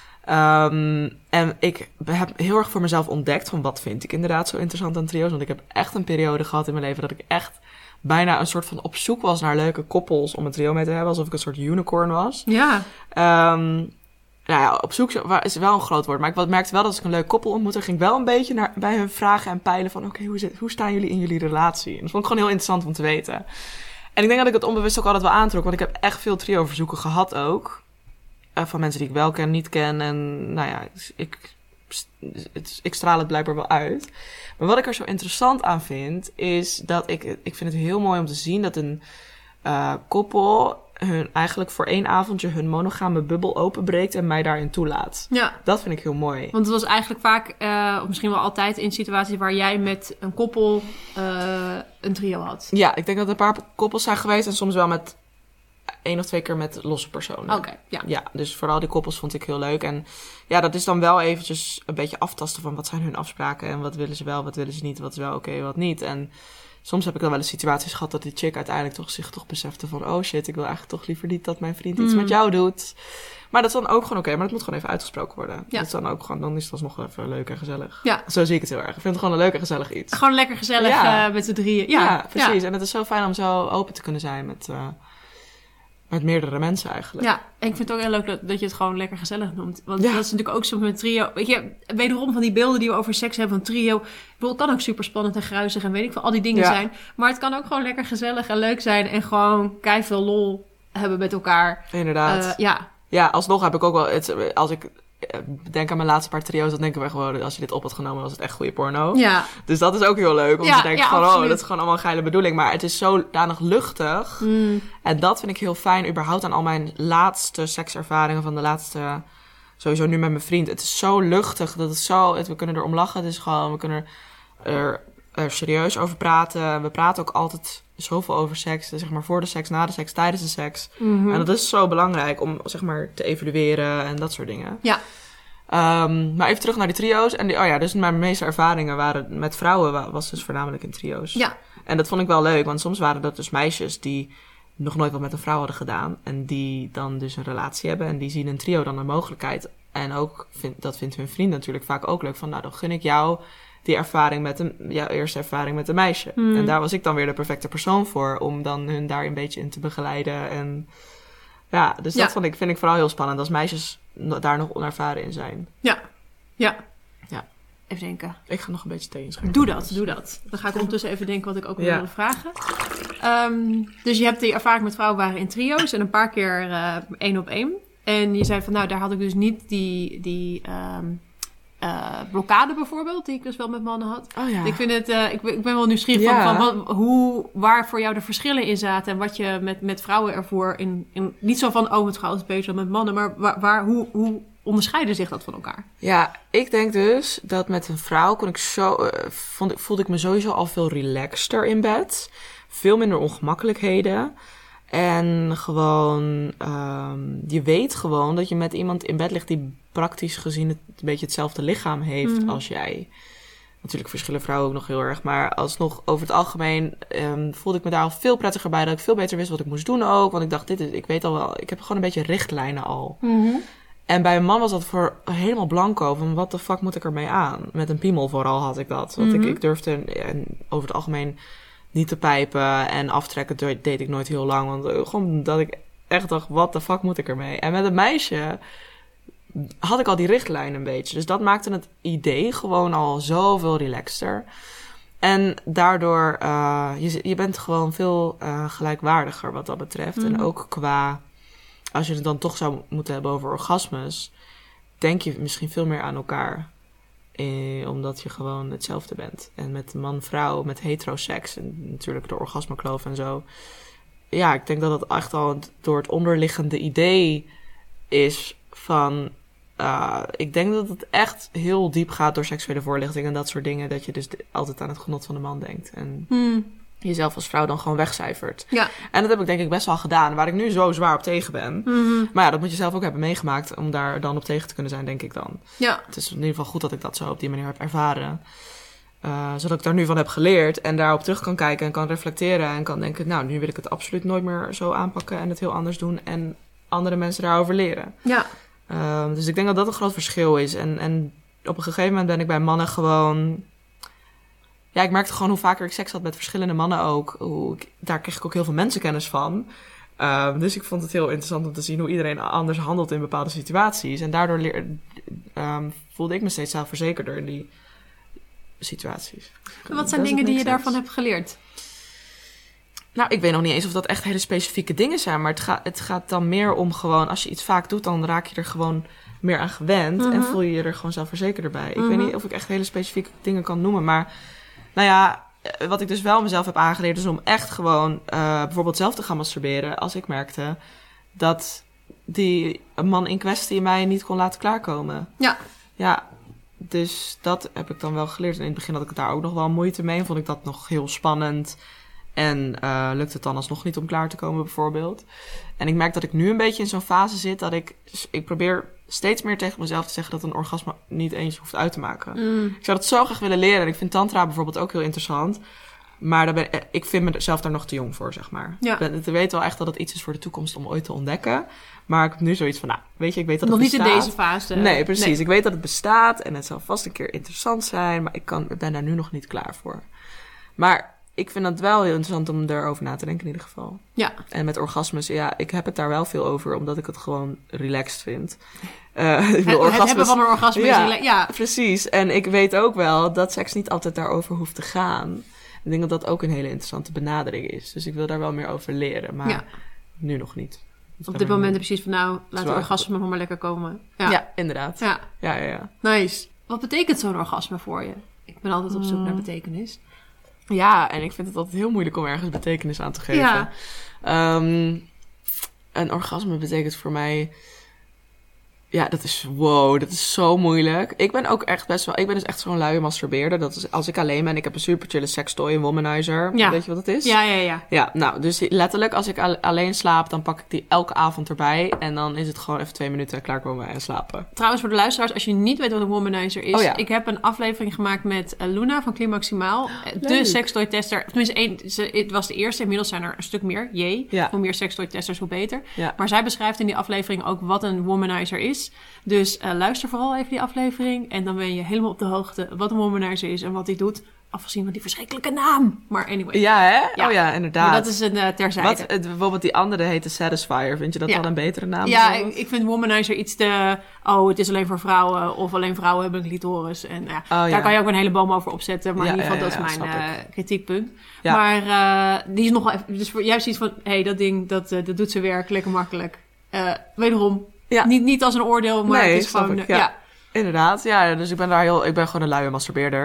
Um, en ik heb heel erg voor mezelf ontdekt van wat vind ik inderdaad zo interessant aan trio's. Want ik heb echt een periode gehad in mijn leven dat ik echt bijna een soort van op zoek was naar leuke koppels om een trio mee te hebben. Alsof ik een soort unicorn was. Ja. Um, nou ja, op zoek is wel een groot woord. Maar ik merkte wel dat als ik een leuk koppel ontmoette, ging ik wel een beetje naar, bij hun vragen en peilen van... Oké, okay, hoe, hoe staan jullie in jullie relatie? En dat vond ik gewoon heel interessant om te weten. En ik denk dat ik het onbewust ook altijd wel aantrok. Want ik heb echt veel trio-verzoeken gehad ook. Uh, van mensen die ik wel ken, niet ken. En nou ja, ik, het, ik straal het blijkbaar wel uit. Maar wat ik er zo interessant aan vind, is dat ik... Ik vind het heel mooi om te zien dat een uh, koppel... hun eigenlijk voor één avondje hun monogame bubbel openbreekt en mij daarin toelaat. Ja. Dat vind ik heel mooi. Want het was eigenlijk vaak, uh, of misschien wel altijd in situaties waar jij met een koppel uh, een trio had. Ja, ik denk dat er een paar koppels zijn geweest en soms wel met één of twee keer met losse personen. Oké, okay, ja. Ja, dus vooral die koppels vond ik heel leuk. En ja, dat is dan wel eventjes een beetje aftasten van wat zijn hun afspraken en wat willen ze wel, wat willen ze niet, wat is wel oké, okay, wat niet. En soms heb ik dan wel eens situaties gehad dat die chick uiteindelijk toch zich toch besefte van... oh shit, ik wil eigenlijk toch liever niet dat mijn vriend iets mm. met jou doet. Maar dat is dan ook gewoon oké, okay, maar dat moet gewoon even uitgesproken worden. Ja. Dat is dan ook gewoon, dan is het alsnog even leuk en gezellig. Ja. Zo zie ik het heel erg. Ik vind het gewoon een leuk en gezellig iets. Gewoon lekker gezellig ja. uh, met z'n drieën. Ja, ja precies. Ja. En het is zo fijn om zo open te kunnen zijn met, uh, met meerdere mensen eigenlijk. Ja, en ik vind het ook heel leuk dat, dat je het gewoon lekker gezellig noemt. Want Ja. dat is natuurlijk ook zo met trio. Weet je, wederom van die beelden die we over seks hebben van trio. Ik bedoel, het kan ook super spannend en gruizig en weet ik veel, al die dingen Ja. zijn. Maar het kan ook gewoon lekker gezellig en leuk zijn en gewoon keiveel lol hebben met elkaar. Inderdaad. Uh, ja. Ja, alsnog heb ik ook wel... Het, als ik denk aan mijn laatste paar trio's, dan denk ik wel gewoon... Als je dit op had genomen, was het echt goede porno. Ja. Dus dat is ook heel leuk. Om Ja, te denken ja, van, absoluut. oh, dat is gewoon allemaal een geile bedoeling. Maar het is zodanig luchtig. Mm. En dat vind ik heel fijn, überhaupt aan al mijn laatste sekservaringen van de laatste... Sowieso nu met mijn vriend. Het is zo luchtig, dat het zo... Het, we kunnen er om lachen. Het is gewoon, we kunnen er, er serieus over praten. We praten ook altijd zoveel over seks. Zeg maar voor de seks, na de seks, tijdens de seks. Mm-hmm. En dat is zo belangrijk om, zeg maar, te evalueren en dat soort dingen. Ja. Um, maar even terug naar die trio's. En die, oh ja, dus mijn meeste ervaringen waren met vrouwen, was dus voornamelijk in trio's. Ja. En dat vond ik wel leuk, want soms waren dat dus meisjes die nog nooit wat met een vrouw hadden gedaan. En die dan dus een relatie hebben. En die zien een trio dan een mogelijkheid. En ook, vind, dat vindt hun vriend natuurlijk vaak ook leuk. Van, nou, dan gun ik jou die ervaring met een, jouw eerste ervaring met een meisje. Mm. En daar was ik dan weer de perfecte persoon voor. Om dan hun daar een beetje in te begeleiden. En ja, dus dat Ja. vond ik, vind ik vooral heel spannend. Als meisjes daar nog onervaren in zijn. Ja. Ja. Ja. Even denken. Ik ga nog een beetje thee inschenken. Doe dat, doe dat. Dan ga ik ondertussen even denken wat ik ook Ja. wil willen vragen. Um, dus je hebt die ervaring met vrouwen waren in trio's en een paar keer uh, één op één. En je zei van, nou, daar had ik dus niet die, die um, uh, blokkade bijvoorbeeld, die ik dus wel met mannen had. Oh ja. Ik vind het, uh, ik, ik ben wel nieuwsgierig Ja. van, van wat, hoe, waar voor jou de verschillen in zaten en wat je met, met vrouwen ervoor in, in, niet zo van, oh, met vrouwen is het beter dan met mannen, maar waar, waar hoe, hoe onderscheiden zich dat van elkaar? Ja, ik denk dus dat met een vrouw kon ik zo, uh, vond, voelde ik me sowieso al veel relaxter in bed. Veel minder ongemakkelijkheden. En gewoon, um, je weet gewoon dat je met iemand in bed ligt die praktisch gezien het, een beetje hetzelfde lichaam heeft mm-hmm. als jij. Natuurlijk verschillen vrouwen ook nog heel erg. Maar alsnog over het algemeen um, voelde ik me daar al veel prettiger bij. Dat ik veel beter wist wat ik moest doen ook. Want ik dacht, dit is, ik weet al wel, ik heb gewoon een beetje richtlijnen al. Mm-hmm. En bij een man was dat voor helemaal blanco. Van wat de fuck moet ik ermee aan? Met een piemel vooral had ik dat. Want mm-hmm. ik, ik durfde en over het algemeen niet te pijpen. En aftrekken deed ik nooit heel lang. Want uh, gewoon dat ik echt dacht, wat de fuck moet ik ermee? En met een meisje had ik al die richtlijn een beetje. Dus dat maakte het idee gewoon al zoveel relaxter. En daardoor, uh, je, je bent gewoon veel uh, gelijkwaardiger wat dat betreft. Mm-hmm. En ook qua, als je het dan toch zou moeten hebben over orgasmes, denk je misschien veel meer aan elkaar. Eh, omdat je gewoon hetzelfde bent. En met man-vrouw, met heteroseks en natuurlijk de orgasmekloof en zo. Ja, ik denk dat het echt al door het onderliggende idee is van, Uh, ik denk dat het echt heel diep gaat door seksuele voorlichting en dat soort dingen. Dat je dus de, altijd aan het genot van de man denkt. En hmm. jezelf als vrouw dan gewoon wegcijfert. Ja. En dat heb ik denk ik best wel gedaan. Waar ik nu zo zwaar op tegen ben. Mm-hmm. Maar ja, dat moet je zelf ook hebben meegemaakt. Om daar dan op tegen te kunnen zijn, denk ik dan. Ja. Het is in ieder geval goed dat ik dat zo op die manier heb ervaren. Uh, zodat ik daar nu van heb geleerd. En daarop terug kan kijken en kan reflecteren. En kan denken, nou, nu wil ik het absoluut nooit meer zo aanpakken. En het heel anders doen. En andere mensen daarover leren. Ja. Um, dus ik denk dat dat een groot verschil is. En, en op een gegeven moment ben ik bij mannen gewoon... Ja, ik merkte gewoon hoe vaker ik seks had met verschillende mannen ook. Hoe ik, daar kreeg ik ook heel veel mensenkennis van. Um, dus ik vond het heel interessant om te zien hoe iedereen anders handelt in bepaalde situaties. En daardoor leer, um, voelde ik me steeds zelfverzekerder in die situaties. En wat zijn dingen die je daarvan hebt geleerd? Nou, ik weet nog niet eens of dat echt hele specifieke dingen zijn. Maar het, ga, het gaat dan meer om gewoon... Als je iets vaak doet, dan raak je er gewoon meer aan gewend. Mm-hmm. En voel je je er gewoon zelfverzekerder bij. Mm-hmm. Ik weet niet of ik echt hele specifieke dingen kan noemen. Maar nou ja, wat ik dus wel mezelf heb aangeleerd... is om echt gewoon uh, bijvoorbeeld zelf te gaan masturberen. Als ik merkte dat die man in kwestie mij niet kon laten klaarkomen. Ja. Ja, dus dat heb ik dan wel geleerd. En in het begin had ik daar ook nog wel moeite mee. En vond ik dat nog heel spannend... En uh, lukt het dan alsnog niet om klaar te komen bijvoorbeeld. En ik merk dat ik nu een beetje in zo'n fase zit... dat ik... Ik probeer steeds meer tegen mezelf te zeggen... dat een orgasme niet eens hoeft uit te maken. Mm. Ik zou dat zo graag willen leren. En ik vind tantra bijvoorbeeld ook heel interessant. Maar daar ben, ik vind mezelf daar nog te jong voor, zeg maar. Ja. Ik, ben, ik weet wel echt dat het iets is voor de toekomst om ooit te ontdekken. Maar ik heb nu zoiets van... Nou, weet je, ik weet dat nog het bestaat. Nog niet in deze fase. Nee, precies. Nee. Ik weet dat het bestaat. En het zal vast een keer interessant zijn. Maar ik, kan, ik ben daar nu nog niet klaar voor. Maar... ik vind het wel heel interessant om erover na te denken in ieder geval. Ja. En met orgasmes, ja, ik heb het daar wel veel over, omdat ik het gewoon relaxed vind. Uh, ik het, het hebben van een orgasme ja, is... Ja, precies. En ik weet ook wel dat seks niet altijd daarover hoeft te gaan. Ik denk dat dat ook een hele interessante benadering is. Dus ik wil daar wel meer over leren, maar ja. nu nog niet. Dus op dit moment heb je precies van, nou, laat de orgasme nog maar lekker komen. Ja, ja inderdaad. Ja. Ja, ja, ja. Nice. Wat betekent zo'n orgasme voor je? Ik ben altijd op zoek mm. naar betekenis. Ja, en ik vind het altijd heel moeilijk om ergens betekenis aan te geven. Ja. Um, een orgasme betekent voor mij... Ja, dat is... Wow, dat is zo moeilijk. Ik ben ook echt best wel... Ik ben dus echt zo'n luie masturbeerder. Dat is als ik alleen ben. Ik heb een super chille sextoy, een womanizer. Ja. Weet je wat het is? Ja, ja, ja. Ja, nou, dus letterlijk als ik alleen slaap... dan pak ik die elke avond erbij. En dan is het gewoon even twee minuten klaarkomen en slapen. Trouwens, voor de luisteraars, als je niet weet wat een womanizer is... Oh, ja. Ik heb een aflevering gemaakt met Luna van Climaximaal. De sextoy tester. Tenminste, één, ze, het was de eerste. Inmiddels zijn er een stuk meer. Jee. Ja. Hoe meer sextoy testers, hoe beter. Ja. Maar zij beschrijft in die aflevering ook wat een womanizer is... Dus uh, luister vooral even die aflevering. En dan ben je helemaal op de hoogte wat een womanizer is en wat hij doet. Afgezien van die verschrikkelijke naam. Maar anyway. Ja, hè? Ja. Oh ja, inderdaad. Maar dat is een uh, terzijde. Wat, het, bijvoorbeeld die andere heet de Satisfier. Vind je dat ja. dan een betere naam? Ja, ik, ik vind womanizer iets te... Oh, het is alleen voor vrouwen. Of alleen vrouwen hebben een clitoris. En uh, oh, daar ja. kan je ook een hele boom over opzetten. Maar ja, in ieder geval, ja, ja, dat is mijn uh, kritiekpunt. Ja. Maar uh, die is nog wel even... Dus voor, juist iets van... Hé, hey, dat ding, dat, uh, dat doet ze werk. Lekker makkelijk. Uh, wederom... Ja. Niet, niet als een oordeel, maar nee, het is gewoon... Ik, ja. ja, inderdaad. Ja, dus ik ben daar heel... Ik ben gewoon een luie masturbeerder.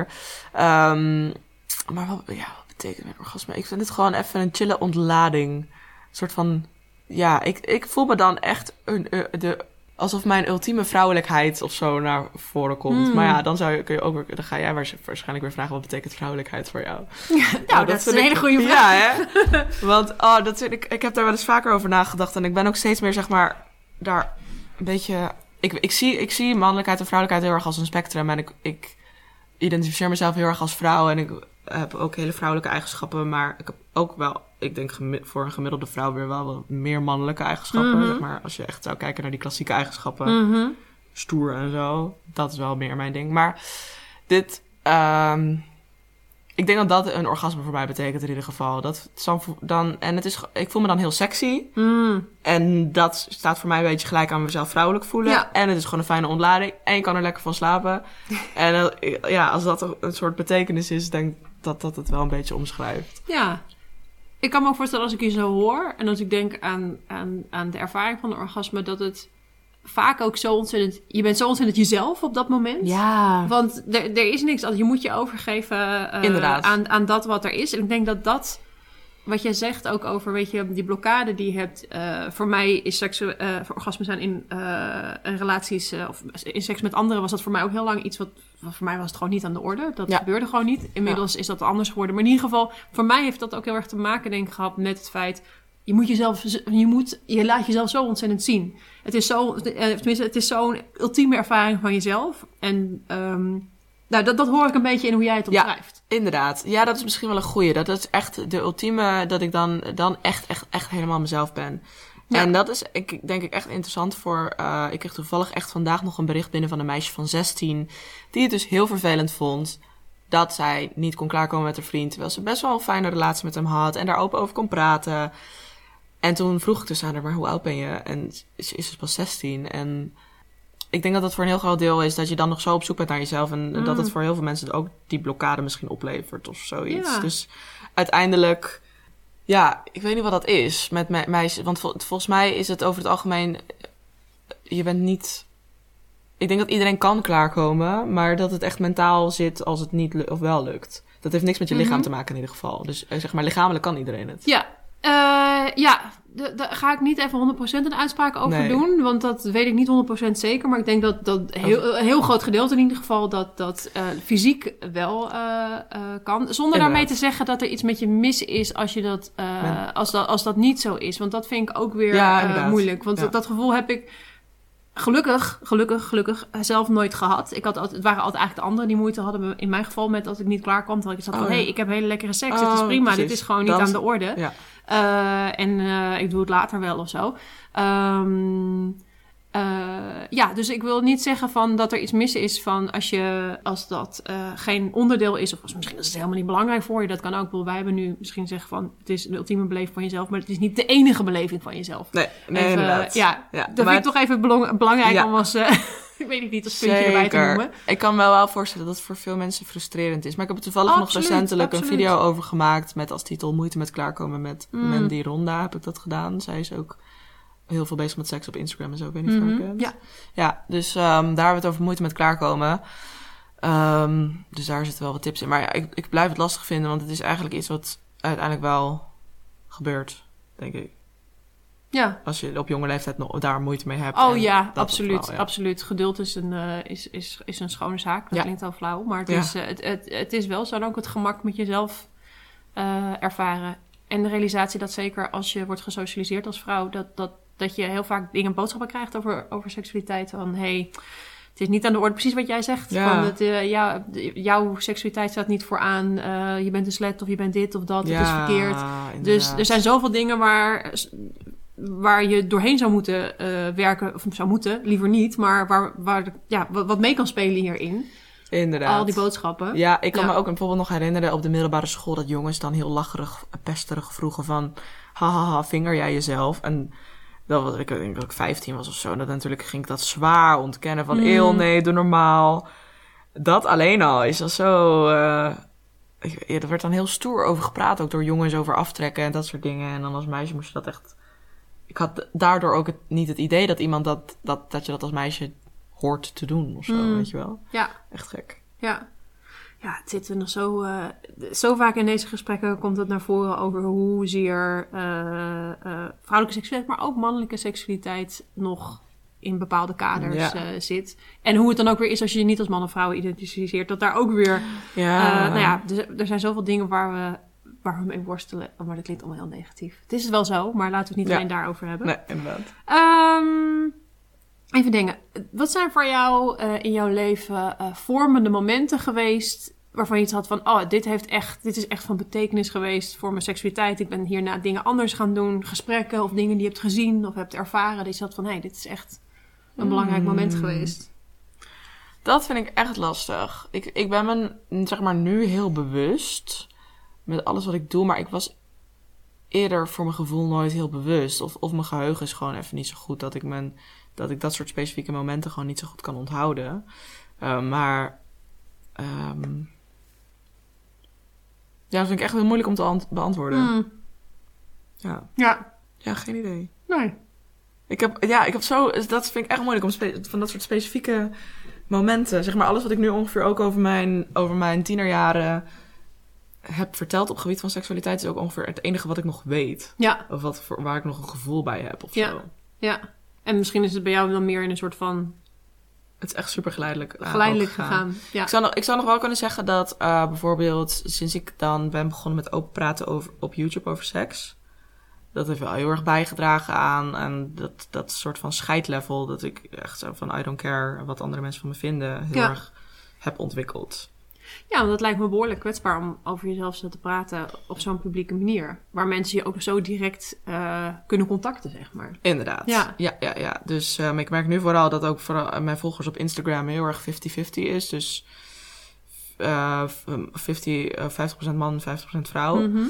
Um, maar wat, ja, wat betekent mijn orgasme? Ik vind het gewoon even een chille ontlading. Een soort van... Ja, ik, ik voel me dan echt... Een, een, de, alsof mijn ultieme vrouwelijkheid of zo naar voren komt. Mm. Maar ja, dan zou je, kun je ook... Dan ga jij waarschijnlijk weer vragen... Wat betekent vrouwelijkheid voor jou? Ja, nou, nou, dat, dat is een hele goede vraag. Ja, hè? Want oh, dat vind ik, ik heb daar wel eens vaker over nagedacht. En ik ben ook steeds meer, zeg maar... daar een beetje... Ik, ik, zie, ik zie mannelijkheid en vrouwelijkheid heel erg als een spectrum. En ik, ik identificeer mezelf heel erg als vrouw. En ik heb ook hele vrouwelijke eigenschappen. Maar ik heb ook wel... Ik denk gemi- voor een gemiddelde vrouw weer wel wat meer mannelijke eigenschappen. Mm-hmm. Zeg maar als je echt zou kijken naar die klassieke eigenschappen. Mm-hmm. Stoer en zo. Dat is wel meer mijn ding. Maar dit... Um, ik denk dat dat een orgasme voor mij betekent in ieder geval. Dat dan, en het is, ik voel me dan heel sexy. Mm. En dat staat voor mij een beetje gelijk aan mezelf vrouwelijk voelen. Ja. En het is gewoon een fijne ontlading. En je kan er lekker van slapen. En ja, als dat een soort betekenis is, denk ik dat dat het wel een beetje omschrijft. Ja. Ik kan me ook voorstellen als ik je zo hoor... en als ik denk aan, aan, aan de ervaring van de orgasme... dat het vaak ook zo ontzettend... Je bent zo ontzettend jezelf op dat moment. Ja. Want er, er is niks... Je moet je overgeven uh, aan, aan dat wat er is. En ik denk dat dat... Wat jij zegt ook over, weet je, die blokkade die je hebt. Uh, voor mij is seks... Uh, voor orgasme zijn in, uh, in relaties... Uh, of in seks met anderen was dat voor mij ook heel lang iets wat... Voor mij was het gewoon niet aan de orde. Dat ja. gebeurde gewoon niet. Inmiddels ja. is dat anders geworden. Maar in ieder geval... Voor mij heeft dat ook heel erg te maken, denk ik, gehad met het feit... Je moet jezelf, je moet, je laat jezelf zo ontzettend zien. Het is zo, tenminste, het is zo'n ultieme ervaring van jezelf. En um, nou, dat, dat hoor ik een beetje in hoe jij het omschrijft. Ja, inderdaad. Ja, dat is misschien wel een goeie. Dat is echt de ultieme, dat ik dan, dan echt, echt, echt helemaal mezelf ben. Ja. En dat is, ik denk ik, echt interessant voor... Uh, ik kreeg toevallig echt vandaag nog een bericht binnen van een meisje van zestien... die het dus heel vervelend vond... dat zij niet kon klaarkomen met haar vriend... terwijl ze best wel een fijne relatie met hem had... en daar open over kon praten... En toen vroeg ik dus aan haar, maar hoe oud ben je? En ze is dus pas zestien. En ik denk dat dat voor een heel groot deel is... dat je dan nog zo op zoek bent naar jezelf... en mm. dat het voor heel veel mensen ook die blokkade misschien oplevert of zoiets. Ja. Dus uiteindelijk... Ja, ik weet niet wat dat is met me- meisjes. Want vol- volgens mij is het over het algemeen... Je bent niet... Ik denk dat iedereen kan klaarkomen... maar dat het echt mentaal zit als het niet lu- of wel lukt. Dat heeft niks met je lichaam mm-hmm. te maken in ieder geval. Dus zeg maar, lichamelijk kan iedereen het. Ja. Uh, ja, daar ga ik niet even honderd procent een uitspraak over nee. doen. Want dat weet ik niet honderd procent zeker. Maar ik denk dat dat heel, een heel groot gedeelte in ieder geval... dat dat uh, fysiek wel uh, uh, kan. Zonder Inderdaad. daarmee te zeggen dat er iets met je mis is... als, je dat, uh, ja. als, dat, als dat niet zo is. Want dat vind ik ook weer ja, uh, moeilijk. Want ja. dat, dat gevoel heb ik... Gelukkig, gelukkig, gelukkig zelf nooit gehad. Ik had altijd, het waren altijd eigenlijk de anderen die moeite hadden. In mijn geval met als ik niet klaar kwam. Dat ik zat van, oh, hé, ja. hey, ik heb hele lekkere seks. Oh, het is prima, precies. Dit is gewoon niet Dan, aan de orde. Ja. Uh, en uh, ik doe het later wel of zo. Um, Uh, ja, dus ik wil niet zeggen van dat er iets mis is van als je als dat uh, geen onderdeel is, of als misschien is het helemaal niet belangrijk voor je. Dat kan ook wel. Wij hebben nu misschien zeggen van het is de ultieme beleving van jezelf, maar het is niet de enige beleving van jezelf. Nee, nee even, inderdaad. Ja, ja, dat vind ik toch even belang, belangrijk ja. om als, uh, ik weet niet, als puntje erbij te noemen. Ik kan me wel voorstellen dat het voor veel mensen frustrerend is. Maar ik heb er toevallig absoluut, nog recentelijk absoluut. een video over gemaakt met als titel Moeite met klaarkomen met mm. Mandy Ronda. Heb ik dat gedaan. Zij is ook heel veel bezig met seks op Instagram en zo. Ik weet niet of je mm-hmm. kent. Ja. Ja, dus um, daar hebben we het over moeite met klaarkomen. Um, dus daar zitten wel wat tips in. Maar ja, ik, ik blijf het lastig vinden, want het is eigenlijk iets wat uiteindelijk wel gebeurt, denk ik. Ja. Als je op jonge leeftijd nog daar moeite mee hebt. Oh ja, absoluut. Wel, ja. absoluut. Geduld is een, uh, is, is, is een schone zaak. Dat ja. klinkt al flauw. Maar het, ja. is, uh, het, het, het is wel zo. En ook het gemak met jezelf uh, ervaren. En de realisatie dat zeker als je wordt gesocialiseerd als vrouw, dat, dat, dat je heel vaak dingen boodschappen krijgt over, over seksualiteit. Van hey, het is niet aan de orde, precies wat jij zegt. Ja. Van het, uh, ja, jouw seksualiteit staat niet vooraan. Uh, je bent een slet of je bent dit of dat. Ja, het is verkeerd. Inderdaad. Dus er zijn zoveel dingen waar, waar je doorheen zou moeten uh, werken. Of zou moeten, liever niet. Maar waar, waar ja, wat mee kan spelen hierin. Inderdaad. Al die boodschappen. Ja, ik kan ja. me ook bijvoorbeeld nog herinneren op de middelbare school dat jongens dan heel lacherig, pesterig vroegen van hahaha, vinger jij jezelf? En dat was, ik denk dat ik vijftien was of zo. En dat natuurlijk ging ik dat zwaar ontkennen van, mm. eeuw, nee, doe normaal. Dat alleen al is al zo, uh, ja, er werd dan heel stoer over gepraat, ook door jongens over aftrekken en dat soort dingen. En dan als meisje moest je dat echt, ik had daardoor ook het, niet het idee dat iemand dat, dat, dat je dat als meisje hoort te doen of zo, mm. weet je wel. Ja. Echt gek. Ja. Ja, het zit er nog zo... Uh, zo vaak in deze gesprekken komt het naar voren over hoezeer uh, uh, vrouwelijke seksualiteit, maar ook mannelijke seksualiteit nog in bepaalde kaders ja. uh, zit. En hoe het dan ook weer is als je je niet als man of vrouw identificeert, dat daar ook weer... Ja. Uh, nou ja, dus, er zijn zoveel dingen waar we, waar we mee worstelen. Oh, maar dat klinkt allemaal heel negatief. Het is wel zo, maar laten we het niet ja. alleen daarover hebben. Nee, inderdaad. Um, Even denken, wat zijn voor jou uh, in jouw leven uh, vormende momenten geweest waarvan je iets had van, oh, dit heeft echt, dit is echt van betekenis geweest voor mijn seksualiteit. Ik ben hierna dingen anders gaan doen, gesprekken of dingen die je hebt gezien of hebt ervaren. Dat je had van, hé, hey, dit is echt een belangrijk moment mm. geweest. Dat vind ik echt lastig. Ik, ik ben me, zeg maar, nu heel bewust met alles wat ik doe, maar ik was eerder voor mijn gevoel nooit heel bewust. Of, of mijn geheugen is gewoon even niet zo goed dat ik mijn... dat ik dat soort specifieke momenten gewoon niet zo goed kan onthouden. Uh, maar... Um, ja, dat vind ik echt heel moeilijk om te ant- beantwoorden. Mm. Ja. Ja. Ja, geen idee. Nee. Ik heb, ja, ik heb zo... Dat vind ik echt moeilijk om spe- van dat soort specifieke momenten. Zeg maar, alles wat ik nu ongeveer ook over mijn, over mijn tienerjaren heb verteld op het gebied van seksualiteit is ook ongeveer het enige wat ik nog weet. Ja. Of wat voor, waar ik nog een gevoel bij heb of ja. zo. Ja. En misschien is het bij jou dan meer in een soort van... Het is echt super geleidelijk uh, Geleidelijk gegaan. gegaan. Ja. Ik, zou nog, ik zou nog wel kunnen zeggen dat uh, bijvoorbeeld sinds ik dan ben begonnen met open praten over, op YouTube over seks. Dat heeft wel heel erg bijgedragen aan, aan dat, dat soort van scheidlevel. Dat ik echt zo van I don't care wat andere mensen van me vinden heel ja. erg heb ontwikkeld. Ja, want dat lijkt me behoorlijk kwetsbaar om over jezelf te praten op zo'n publieke manier. Waar mensen je ook zo direct uh, kunnen contacten, zeg maar. Inderdaad. Ja, ja, ja. ja. Dus um, ik merk nu vooral dat ook vooral mijn volgers op Instagram heel erg fifty-fifty is. Dus uh, vijftig, uh, vijftig procent man, vijftig procent vrouw. Mm-hmm.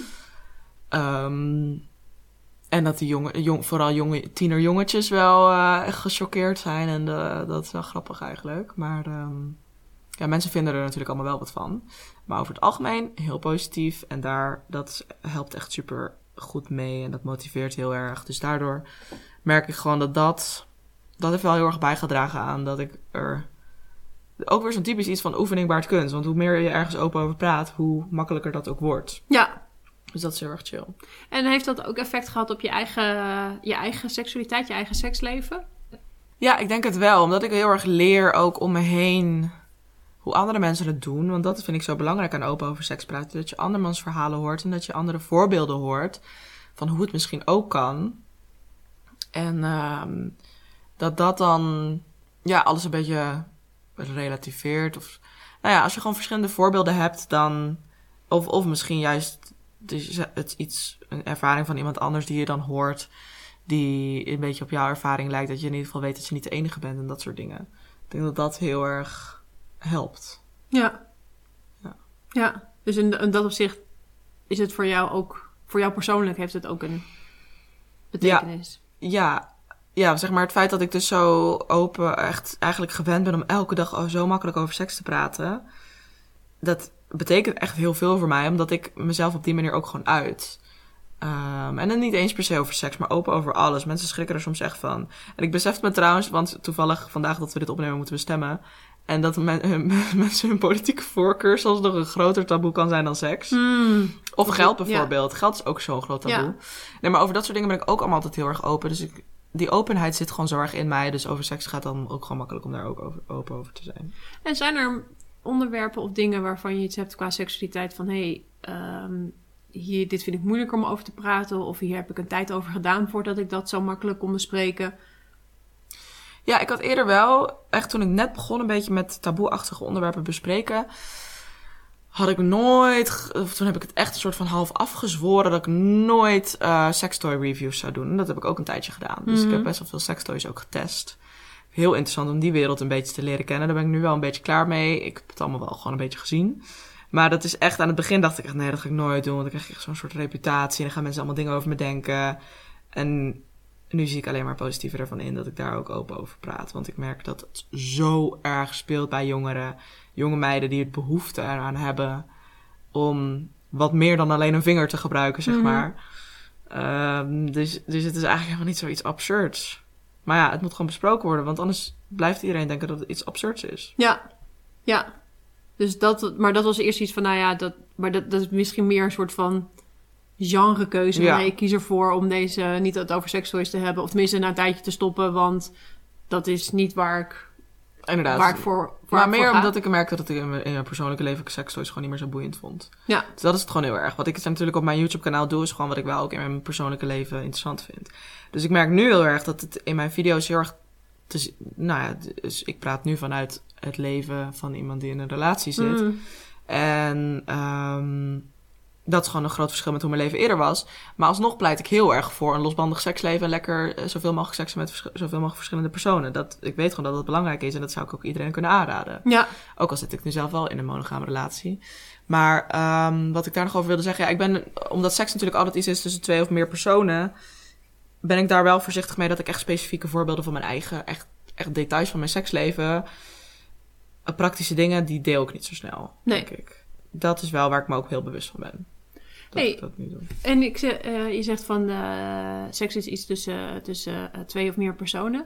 Um, en dat die jonge, jong, vooral jonge tienerjongetjes wel uh, echt gechoqueerd zijn. En de, dat is wel grappig eigenlijk. Maar... Um, ja, mensen vinden er natuurlijk allemaal wel wat van. Maar over het algemeen heel positief. En daar, dat helpt echt super goed mee. En dat motiveert heel erg. Dus daardoor merk ik gewoon dat dat... Dat heeft wel heel erg bijgedragen aan dat ik er... Ook weer zo'n typisch iets van oefening baart kunst. Want hoe meer je ergens open over praat, hoe makkelijker dat ook wordt. Ja. Dus dat is heel erg chill. En heeft dat ook effect gehad op je eigen, je eigen seksualiteit, je eigen seksleven? Ja, ik denk het wel. Omdat ik heel erg leer ook om me heen... hoe andere mensen het doen. Want dat vind ik zo belangrijk aan open over seks praten. Dat je andermans verhalen hoort en dat je andere voorbeelden hoort van hoe het misschien ook kan. En uh, dat dat dan ja, alles een beetje relativeert. Of, nou ja, als je gewoon verschillende voorbeelden hebt, dan... Of, of misschien juist dus het iets, een ervaring van iemand anders die je dan hoort... die een beetje op jouw ervaring lijkt. Dat je in ieder geval weet dat je niet de enige bent en dat soort dingen. Ik denk dat dat heel erg helpt. Ja. Ja. Ja, dus in, in dat opzicht is het voor jou ook... Voor jou persoonlijk heeft het ook een betekenis. Ja, ja, ja, zeg maar het feit dat ik dus zo open echt eigenlijk gewend ben om elke dag oh, zo makkelijk over seks te praten. Dat betekent echt heel veel voor mij, omdat ik mezelf op die manier ook gewoon uit. Um, en dan niet eens per se over seks, maar open over alles. Mensen schrikken er soms echt van. En ik besef me trouwens, want toevallig vandaag dat we dit opnemen moeten we stemmen. En dat men, hun, mensen hun politieke voorkeur soms nog een groter taboe kan zijn dan seks. Mm. Of geld bijvoorbeeld. Ja. Geld is ook zo'n groot taboe. Ja. Nee, maar over dat soort dingen ben ik ook allemaal altijd heel erg open. Dus ik, die openheid zit gewoon zo erg in mij. Dus over seks gaat dan ook gewoon makkelijk om daar ook over, open over te zijn. En zijn er onderwerpen of dingen waarvan je iets hebt qua seksualiteit van... hé, hey, um, hier, dit vind ik moeilijk om over te praten... of hier heb ik een tijd over gedaan voordat ik dat zo makkelijk kon bespreken... Ja, ik had eerder wel, echt toen ik net begon een beetje met taboe-achtige onderwerpen bespreken, had ik nooit, of toen heb ik het echt een soort van half afgezworen dat ik nooit uh, sextoy reviews zou doen. En dat heb ik ook een tijdje gedaan. Mm-hmm. Dus ik heb best wel veel sextoys ook getest. Heel interessant om die wereld een beetje te leren kennen. Daar ben ik nu wel een beetje klaar mee. Ik heb het allemaal wel gewoon een beetje gezien. Maar dat is echt, aan het begin dacht ik echt, nee, dat ga ik nooit doen. Want dan krijg ik echt zo'n soort reputatie en dan gaan mensen allemaal dingen over me denken. En nu zie ik alleen maar positiever ervan in dat ik daar ook open over praat. Want ik merk dat het zo erg speelt bij jongeren. Jonge meiden die het behoefte eraan hebben om wat meer dan alleen een vinger te gebruiken, zeg mm-hmm. maar. Um, dus, dus het is eigenlijk helemaal niet zoiets absurds. Maar ja, het moet gewoon besproken worden. Want anders blijft iedereen denken dat het iets absurds is. Ja, ja. Dus dat, maar dat was eerst iets van, nou ja, dat, maar dat, dat is misschien meer een soort van genrekeuze. Ja. Nee, ik kies ervoor om deze niet het over sextoys te hebben. Of tenminste na een tijdje te stoppen, want dat is niet waar ik, Inderdaad. waar ik voor, waar maar ik meer voor omdat ik merkte dat ik in mijn, in mijn persoonlijke leven sextoys gewoon niet meer zo boeiend vond. Ja. Dus dat is het gewoon heel erg. Wat ik natuurlijk op mijn YouTube kanaal doe, is gewoon wat ik wel ook in mijn persoonlijke leven interessant vind. Dus ik merk nu heel erg dat het in mijn video's heel erg... Dus, nou ja, dus ik praat nu vanuit het leven van iemand die in een relatie zit. Mm. En um, dat is gewoon een groot verschil met hoe mijn leven eerder was. Maar alsnog pleit ik heel erg voor een losbandig seksleven en lekker uh, zoveel mogelijk seks met vers- zoveel mogelijk verschillende personen. Dat, ik weet gewoon dat dat belangrijk is en dat zou ik ook iedereen kunnen aanraden. Ja. Ook al zit ik nu zelf wel in een monogame relatie. Maar um, wat ik daar nog over wilde zeggen, ja, ik ben, omdat seks natuurlijk altijd iets is tussen twee of meer personen, ben ik daar wel voorzichtig mee dat ik echt specifieke voorbeelden van mijn eigen, echt, echt details van mijn seksleven, praktische dingen, die deel ik niet zo snel, nee. denk ik. Dat is wel waar ik me ook heel bewust van ben. Dat hey, ik dat niet doe. En ik, uh, je zegt van uh, seks is iets tussen, tussen uh, twee of meer personen.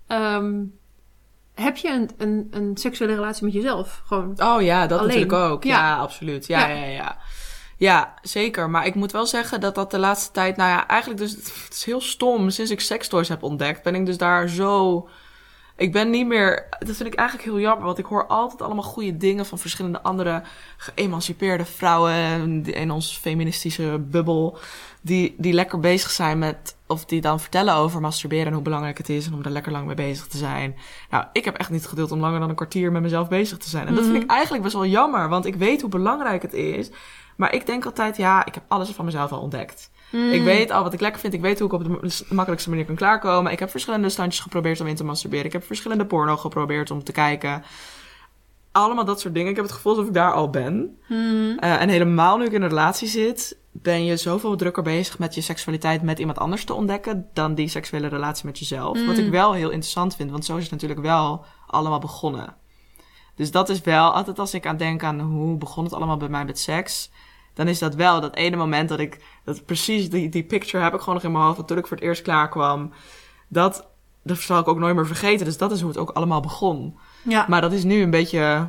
Um, heb je een, een, een seksuele relatie met jezelf? Gewoon oh ja, dat alleen. natuurlijk ook. Ja, ja absoluut. Ja, ja, ja, ja. Ja, zeker. Maar ik moet wel zeggen dat dat de laatste tijd... Nou ja, eigenlijk dus... Het is heel stom. Sinds ik sextoys heb ontdekt, ben ik dus daar zo... Ik ben niet meer... Dat vind ik eigenlijk heel jammer, want ik hoor altijd allemaal goede dingen van verschillende andere geëmancipeerde vrouwen in ons feministische bubbel, die, die lekker bezig zijn met, of die dan vertellen over masturberen en hoe belangrijk het is en om er lekker lang mee bezig te zijn. Nou, ik heb echt niet geduld om langer dan een kwartier met mezelf bezig te zijn. En dat vind ik eigenlijk best wel jammer, want ik weet hoe belangrijk het is. Maar ik denk altijd, ja, ik heb alles van mezelf al ontdekt. Mm. Ik weet al wat ik lekker vind. Ik weet hoe ik op de makkelijkste manier kan klaarkomen. Ik heb verschillende standjes geprobeerd om in te masturberen. Ik heb verschillende porno geprobeerd om te kijken. Allemaal dat soort dingen. Ik heb het gevoel alsof ik daar al ben. Mm. Uh, en helemaal nu ik in een relatie zit, ben je zoveel drukker bezig met je seksualiteit met iemand anders te ontdekken dan die seksuele relatie met jezelf. Mm. Wat ik wel heel interessant vind, want zo is het natuurlijk wel allemaal begonnen. Dus dat is wel, altijd als ik aan denk aan hoe begon het allemaal bij mij met seks, dan is dat wel dat ene moment dat ik, dat precies die, die picture heb ik gewoon nog in mijn hoofd, toen ik voor het eerst klaar kwam. Dat, dat zal ik ook nooit meer vergeten. Dus dat is hoe het ook allemaal begon. Ja. Maar dat is nu een beetje,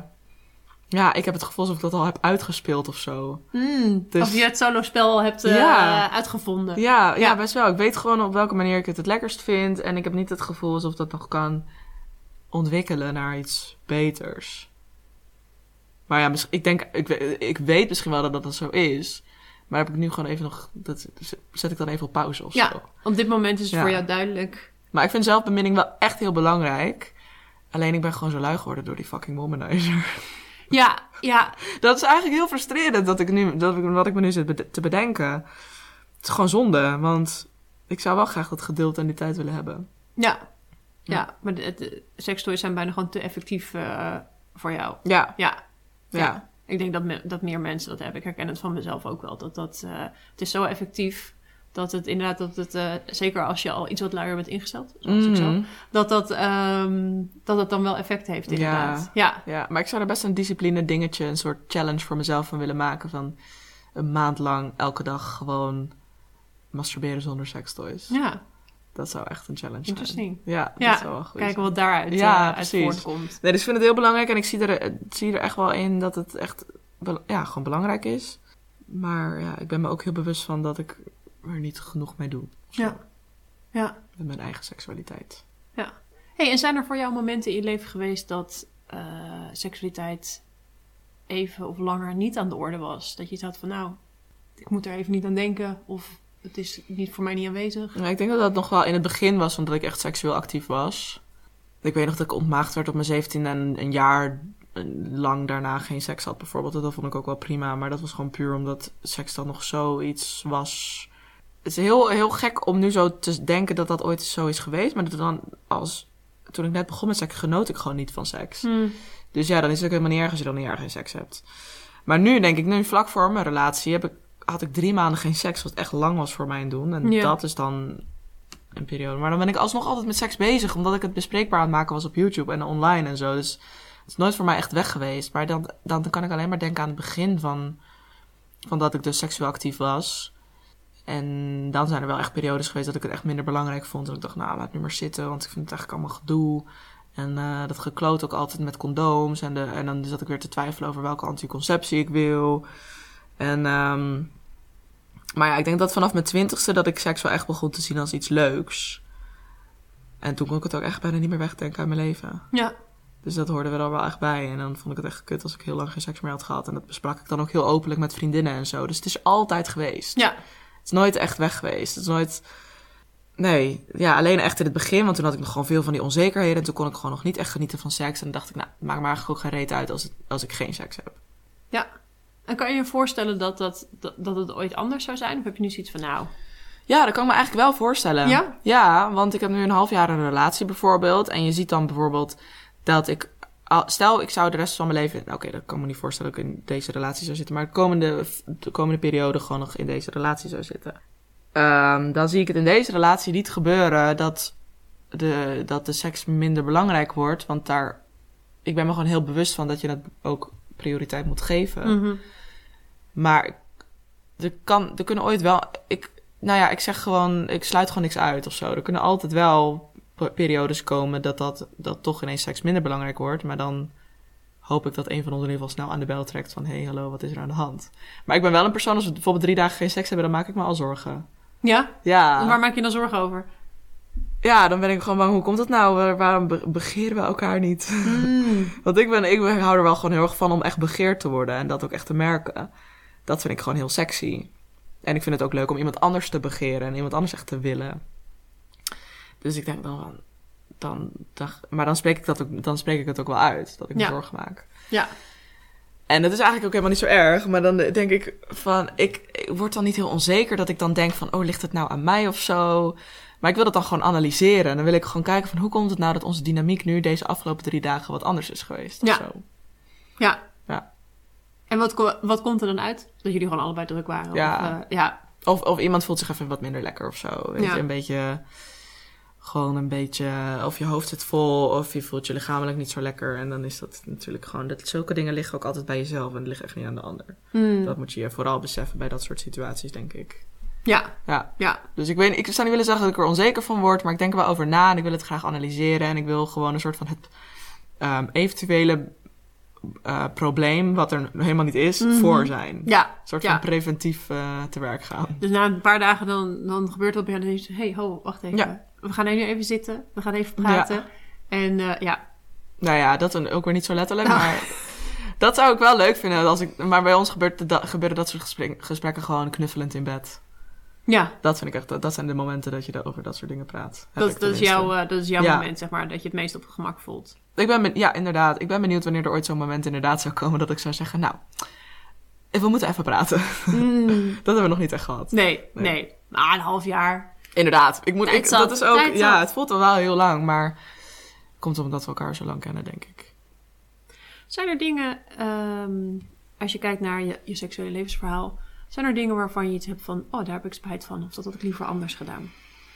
ja, ik heb het gevoel alsof ik dat al heb uitgespeeld of zo. Mm, dus, of je het solo-spel hebt uh, ja. uitgevonden. Ja, ja, ja, best wel. Ik weet gewoon op welke manier ik het het lekkerst vind. En ik heb niet het gevoel alsof dat nog kan ontwikkelen naar iets beters. Maar ja, ik denk, ik, ik weet misschien wel dat dat zo is. Maar heb ik nu gewoon even nog, dat zet ik dan even op pauze of ja, zo. Op dit moment is het ja. voor jou duidelijk. Maar ik vind zelfbeminning wel echt heel belangrijk. Alleen ik ben gewoon zo lui geworden door die fucking womanizer. Ja, ja. Dat is eigenlijk heel frustrerend dat ik nu, dat ik, wat ik me nu zit te bedenken. Het is gewoon zonde, want ik zou wel graag dat geduld en die tijd willen hebben. Ja, ja. Ja. maar de, de sekstoys zijn bijna gewoon te effectief uh, voor jou. Ja. Ja. Ja. ja. Ik denk dat, me, dat meer mensen dat hebben. Ik herken het van mezelf ook wel. Dat dat, uh, het is zo effectief dat het inderdaad, dat het, uh, zeker als je al iets wat luier bent ingesteld, zoals Mm. ik zo, dat dat, um, dat het dan wel effect heeft inderdaad. Ja. Ja. ja, maar ik zou er best een discipline dingetje, een soort challenge voor mezelf van willen maken. Van een maand lang elke dag gewoon masturberen zonder sekstoys. Ja. Dat zou echt een challenge Interesting. zijn. Ja, Ja, dat zou wel goed kijken zijn. wat daaruit Ja, uh, uit precies. voortkomt. Nee, dus ik vind het heel belangrijk en ik zie er, zie er echt wel in dat het echt be- ja, gewoon belangrijk is. Maar ja, ik ben me ook heel bewust van dat ik er niet genoeg mee doe. Zo. Ja. Ja. Met mijn eigen seksualiteit. Ja. Hey, en zijn er voor jou momenten in je leven geweest dat uh, seksualiteit even of langer niet aan de orde was? Dat je had van nou, ik moet er even niet aan denken of het is niet voor mij niet aanwezig? Nou, ik denk dat dat nog wel in het begin was, omdat ik echt seksueel actief was. Ik weet nog dat ik ontmaagd werd op mijn zeventiende en een jaar lang daarna geen seks had bijvoorbeeld. Dat vond ik ook wel prima, maar dat was gewoon puur omdat seks dan nog zoiets was. Het is heel, heel gek om nu zo te denken dat dat ooit zo is geweest, maar dat dan als toen ik net begon met seks genoot ik gewoon niet van seks. Hmm. Dus ja, dan is het ook helemaal niet erg als je dan een jaar geen seks hebt. Maar nu denk ik, nu vlak voor mijn relatie heb ik, had ik drie maanden geen seks, wat echt lang was voor mijn doen. En Ja. dat is dan een periode. Maar dan ben ik alsnog altijd met seks bezig, omdat ik het bespreekbaar aan het maken was op YouTube en online en zo. Dus het is nooit voor mij echt weg geweest. Maar dan, dan kan ik alleen maar denken aan het begin van, van dat ik dus seksueel actief was. En dan zijn er wel echt periodes geweest dat ik het echt minder belangrijk vond. En ik dacht, nou, laat nu maar zitten, want ik vind het eigenlijk allemaal gedoe. En uh, dat gekloot ook altijd met condooms. En, de, en dan zat ik weer te twijfelen over welke anticonceptie ik wil. En, um, maar ja, ik denk dat vanaf mijn twintigste dat ik seks wel echt begon te zien als iets leuks. En toen kon ik het ook echt bijna niet meer wegdenken uit mijn leven. Ja. Dus dat hoorde er wel echt bij. En dan vond ik het echt kut als ik heel lang geen seks meer had gehad. En dat besprak ik dan ook heel openlijk met vriendinnen en zo. Dus het is altijd geweest. Ja. Het is nooit echt weg geweest. Het is nooit... Nee, ja, alleen echt in het begin. Want toen had ik nog gewoon veel van die onzekerheden. En toen kon ik gewoon nog niet echt genieten van seks. En dan dacht ik, nou, het maakt me eigenlijk ook geen reet uit als, het, als ik geen seks heb. Ja. En kan je je voorstellen dat, dat, dat, dat het ooit anders zou zijn? Of heb je nu zoiets van, nou... Ja, dat kan ik me eigenlijk wel voorstellen. Ja? Ja, want ik heb nu een half jaar een relatie bijvoorbeeld. En je ziet dan bijvoorbeeld dat ik... Stel, ik zou de rest van mijn leven... Oké, okay, dat kan ik me niet voorstellen dat ik in deze relatie zou zitten. Maar de komende, de komende periode gewoon nog in deze relatie zou zitten. Um, dan zie ik het in deze relatie niet gebeuren dat de, dat de seks minder belangrijk wordt. Want daar... Ik ben me gewoon heel bewust van dat je dat ook prioriteit moet geven. Mm-hmm. Maar er, kan, er kunnen ooit wel... Ik, nou ja, ik zeg gewoon... Ik sluit gewoon niks uit of zo. Er kunnen altijd wel periodes komen dat, dat, dat toch ineens seks minder belangrijk wordt. Maar dan hoop ik dat een van ons in ieder geval snel aan de bel trekt van... Hé, hey, hallo, wat is er aan de hand? Maar ik ben wel een persoon, als we bijvoorbeeld drie dagen geen seks hebben... dan maak ik me al zorgen. Ja? Ja. En waar maak je dan zorgen over? Ja, dan ben ik gewoon bang, hoe komt dat nou? Waarom be- begeren we elkaar niet? Mm. Want ik, ben, ik ben, hou er wel gewoon heel erg van om echt begeerd te worden. En dat ook echt te merken. Dat vind ik gewoon heel sexy. En ik vind het ook leuk om iemand anders te begeren. En iemand anders echt te willen. Dus ik denk dan van... Dan, dan, maar dan spreek, ik dat ook, dan spreek ik het ook wel uit. Dat ik me Ja. zorgen maak. Ja. En dat is eigenlijk ook helemaal niet zo erg. Maar dan denk ik van... Ik, ik word dan niet heel onzeker dat ik dan denk van... Oh, ligt het nou aan mij of zo? Maar ik wil dat dan gewoon analyseren. En dan wil ik gewoon kijken van... Hoe komt het nou dat onze dynamiek nu deze afgelopen drie dagen wat anders is geweest? Of Ja. zo. Ja. Ja. En wat, ko- wat komt er dan uit? Dat jullie gewoon allebei druk waren? Ja. Of, uh, ja. Of, of iemand voelt zich even wat minder lekker of zo. Weet Ja. je, een beetje... Gewoon een beetje... Of je hoofd zit vol. Of je voelt je lichamelijk niet zo lekker. En dan is dat natuurlijk gewoon... Dat, zulke dingen liggen ook altijd bij jezelf. En dat ligt echt niet aan de ander. Hmm. Dat moet je je vooral beseffen bij dat soort situaties, denk ik. Ja. Ja. Ja. Dus ik, weet, ik zou niet willen zeggen dat ik er onzeker van word. Maar ik denk er wel over na. En ik wil het graag analyseren. En ik wil gewoon een soort van het um, eventuele uh, probleem... wat er helemaal niet is, Mm-hmm. voor zijn. Ja. Een soort ja. van preventief uh, te werk gaan. Dus na een paar dagen dan, dan gebeurt dat bij jou. Dan denk je, hé, hey, ho, wacht even. Ja. We gaan nu even zitten. We gaan even praten. Ja. En uh, ja. Nou ja, dat dan ook weer niet zo letterlijk, Nou. maar dat zou ik wel leuk vinden. Als ik, maar bij ons gebeurt da, gebeuren dat soort gesprek, gesprekken gewoon knuffelend in bed. Ja. Dat vind ik echt, dat zijn de momenten dat je over dat soort dingen praat. Heb Dat, ik dat, is tenminste. jouw, uh, dat is jouw Ja. moment, zeg maar. Dat je het meest op het gemak voelt. Ik ben, ben- ja, inderdaad. Ik ben benieuwd wanneer er ooit zo'n moment inderdaad zou komen dat ik zou zeggen, nou, we moeten even praten. Mm. Dat hebben we nog niet echt gehad. Nee, Nee. nee. Nou, een half jaar. Inderdaad. Ik moet, ik, dat is ook, Tijd ja, zat. het voelt al wel heel lang, maar komt omdat we elkaar zo lang kennen, denk ik. Zijn er dingen, um, als je kijkt naar je, je seksuele levensverhaal, zijn er dingen waarvan je iets hebt van, oh, daar heb ik spijt van, of dat had ik liever anders gedaan?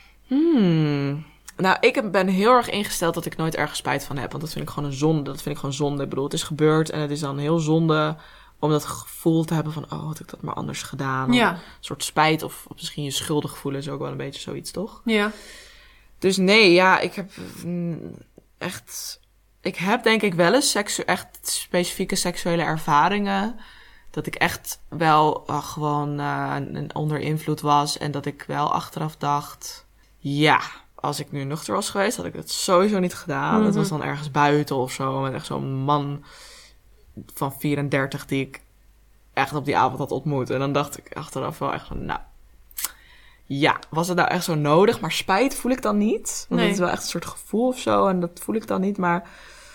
Hmm. Nou, ik ben heel erg ingesteld dat ik nooit ergens spijt van heb, want dat vind ik gewoon een zonde. Dat vind ik gewoon zonde. Ik bedoel, het is gebeurd en het is dan heel zonde om dat gevoel te hebben van, oh, had ik dat maar anders gedaan. Ja. Een soort spijt of, of misschien je schuldig voelen is ook wel een beetje zoiets, toch? Ja. Dus nee, ja, ik heb mm, echt... Ik heb denk ik wel eens seksu- echt specifieke seksuele ervaringen. Dat ik echt wel uh, gewoon uh, onder invloed was. En dat ik wel achteraf dacht... Ja, als ik nu nuchter was geweest, had ik het sowieso niet gedaan. Mm-hmm. Dat was dan ergens buiten of zo. Met echt zo'n man van vierendertig die ik echt op die avond had ontmoet. En dan dacht ik achteraf wel echt van... Nou, ja, was het nou echt zo nodig? Maar spijt voel ik dan niet. Want Nee. het is wel echt een soort gevoel of zo. En dat voel ik dan niet. Maar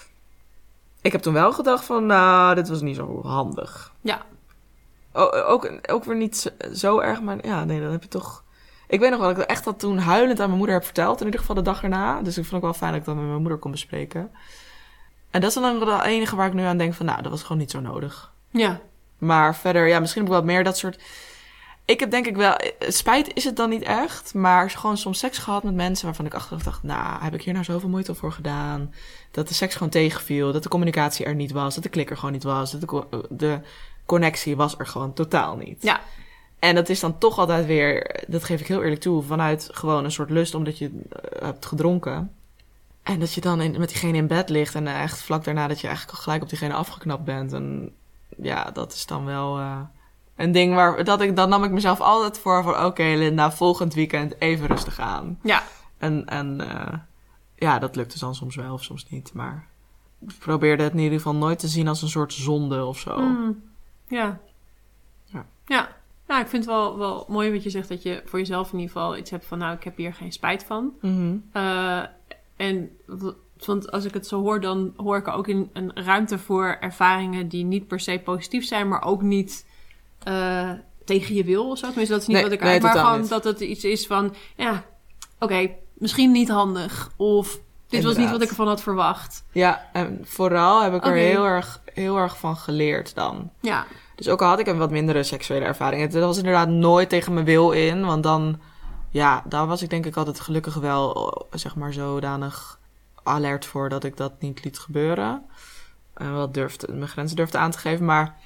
ik heb toen wel gedacht van... Nou, dit was niet zo handig. Ja. O, ook, ook weer niet zo, zo erg. Maar ja, nee, dan heb je toch... Ik weet nog wel dat ik echt dat toen huilend aan mijn moeder heb verteld. In ieder geval de dag erna. Dus ik vond het wel fijn dat ik dat met mijn moeder kon bespreken. En dat is dan het enige waar ik nu aan denk van... Nou, dat was gewoon niet zo nodig. Ja. Maar verder, ja, misschien heb ik wel meer dat soort... Ik heb denk ik wel... Spijt is het dan niet echt. Maar gewoon soms seks gehad met mensen waarvan ik achteraf dacht... Nou, heb ik hier nou zoveel moeite voor gedaan? Dat de seks gewoon tegenviel. Dat de communicatie er niet was. Dat de klik er gewoon niet was. Dat de, co- de connectie was er gewoon totaal niet. Ja. En dat is dan toch altijd weer... Dat geef ik heel eerlijk toe. Vanuit gewoon een soort lust omdat je uh, hebt gedronken. En dat je dan in, met diegene in bed ligt. En uh, echt vlak daarna dat je eigenlijk al gelijk op diegene afgeknapt bent. En ja, dat is dan wel... Uh, Een ding waar dat ik, dan nam ik mezelf altijd voor van... Oké, okay, Linda, volgend weekend even rustig aan. Ja. En, en uh, ja, dat lukte dan soms wel of soms niet. Maar ik probeerde het in ieder geval nooit te zien als een soort zonde of zo. Mm. Ja. Ja. Ja. Nou, ik vind het wel, wel mooi wat je zegt... dat je voor jezelf in ieder geval iets hebt van... nou, ik heb hier geen spijt van. Mm-hmm. Uh, en... Want als ik het zo hoor, dan hoor ik er ook in een ruimte voor ervaringen... die niet per se positief zijn, maar ook niet... Uh, tegen je wil of zo. Tenminste, dat is niet nee, wat ik nee, uit. Maar gewoon niet. dat het iets is van... Ja, oké, okay, misschien niet handig. Of dit Inderdaad. was niet wat ik ervan had verwacht. Ja, en vooral heb ik okay. er heel erg, heel erg van geleerd dan. Ja. Dus ook al had ik een wat mindere seksuele ervaring... Het was inderdaad nooit tegen mijn wil in. Want dan... Ja, daar was ik denk ik altijd gelukkig wel... zeg maar zodanig alert voor... dat ik dat niet liet gebeuren. En wel durfde, mijn grenzen durfde aan te geven. Maar...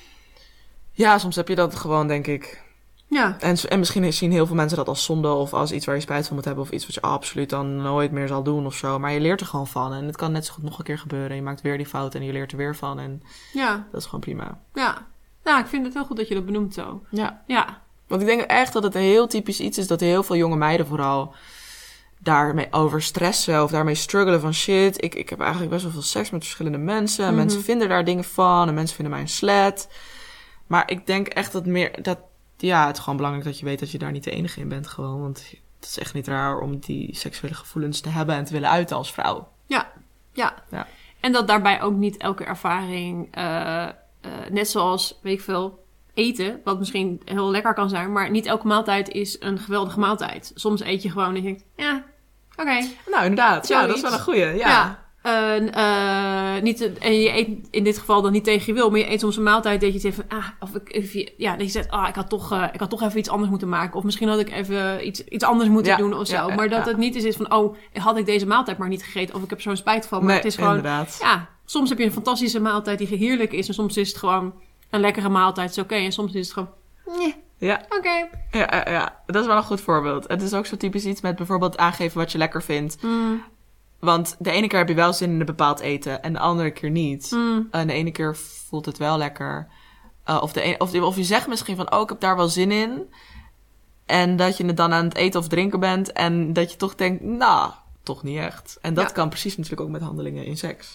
Ja, soms heb je dat gewoon, denk ik. Ja. En, en misschien zien heel veel mensen dat als zonde of als iets waar je spijt van moet hebben... of iets wat je absoluut dan nooit meer zal doen of zo. Maar je leert er gewoon van. En het kan net zo goed nog een keer gebeuren. Je maakt weer die fout en je leert er weer van. En ja. Dat is gewoon prima. Ja. Nou, ik vind het heel goed dat je dat benoemt zo. Ja. Ja. Want ik denk echt dat het een heel typisch iets is... dat heel veel jonge meiden vooral daarmee over stressen... of daarmee struggelen van shit. Ik, ik heb eigenlijk best wel veel seks met verschillende mensen. En Mm-hmm. mensen vinden daar dingen van. En mensen vinden mij een slet... Maar ik denk echt dat meer... dat ja, het is gewoon belangrijk dat je weet dat je daar niet de enige in bent gewoon. Want het is echt niet raar om die seksuele gevoelens te hebben... en te willen uiten als vrouw. Ja, ja. ja. En dat daarbij ook niet elke ervaring... Uh, uh, net zoals, weet ik veel, eten... wat misschien heel lekker kan zijn... maar niet elke maaltijd is een geweldige maaltijd. Soms eet je gewoon en je denkt... ja, oké. Okay. Nou, inderdaad. Ja, dat is wel een goeie. Ja. ja. Uh, uh, niet, en je eet in dit geval dan niet tegen je wil, maar je eet soms een maaltijd dat je zegt van, ah, of ik, even, ja, dat je zegt, ah, ik had toch, uh, ik had toch even iets anders moeten maken, of misschien had ik even iets, iets anders moeten ja, doen of zo. Ja, ja, maar dat ja. het niet is, is van, oh, had ik deze maaltijd maar niet gegeten, of ik heb zo'n spijt van. Maar nee, het is gewoon, inderdaad. ja, soms heb je een fantastische maaltijd die heerlijk is, en soms is het gewoon een lekkere maaltijd, is oké, okay, en soms is het gewoon, nee. Ja. Oké. Okay. Ja, ja, ja, dat is wel een goed voorbeeld. Het is ook zo typisch iets met bijvoorbeeld aangeven wat je lekker vindt. Mm. Want de ene keer heb je wel zin in een bepaald eten en de andere keer niet. Mm. En de ene keer voelt het wel lekker. Uh, of, de ene, of, of je zegt misschien van, oh, ik heb daar wel zin in. En dat je het dan aan het eten of drinken bent. En dat je toch denkt, nou, toch niet echt. En dat ja. kan precies natuurlijk ook met handelingen in seks. Ja,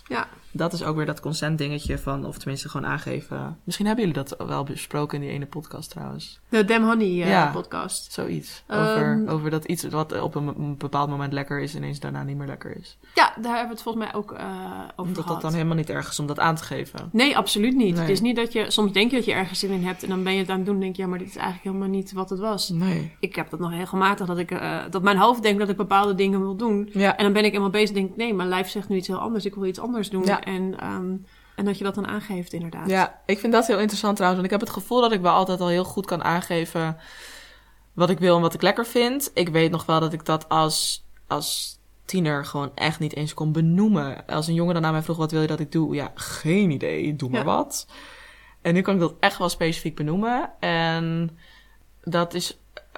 dat is ook weer dat consent dingetje van, of tenminste gewoon aangeven. Misschien hebben jullie dat wel besproken in die ene podcast trouwens. De Damn Honey uh, ja, podcast. Zoiets. Um, over, over dat iets wat op een, een bepaald moment lekker is, ineens daarna niet meer lekker is. Ja, daar hebben we het volgens mij ook uh, over Omdat gehad. dat dan helemaal niet erg is om dat aan te geven. Nee, absoluut niet. Nee. Het is niet dat je, soms denk je dat je ergens zin in hebt en dan ben je het aan het doen en denk je, ja, maar dit is eigenlijk helemaal niet wat het was. Nee. Ik heb dat nog regelmatig, dat ik, uh, dat mijn hoofd denkt dat ik bepaalde dingen wil doen. Ja. En dan ben ik eenmaal bezig en denk, nee, mijn lijf zegt nu iets heel anders, ik wil iets anders doen. Ja. En, um, en dat je dat dan aangeeft, inderdaad. Ja, ik vind dat heel interessant trouwens. Want ik heb het gevoel dat ik wel altijd al heel goed kan aangeven wat ik wil en wat ik lekker vind. Ik weet nog wel dat ik dat als, als tiener gewoon echt niet eens kon benoemen. Als een jongen dan aan mij vroeg, wat wil je dat ik doe? Ja, geen idee, doe maar Ja. wat. En nu kan ik dat echt wel specifiek benoemen. En dat is...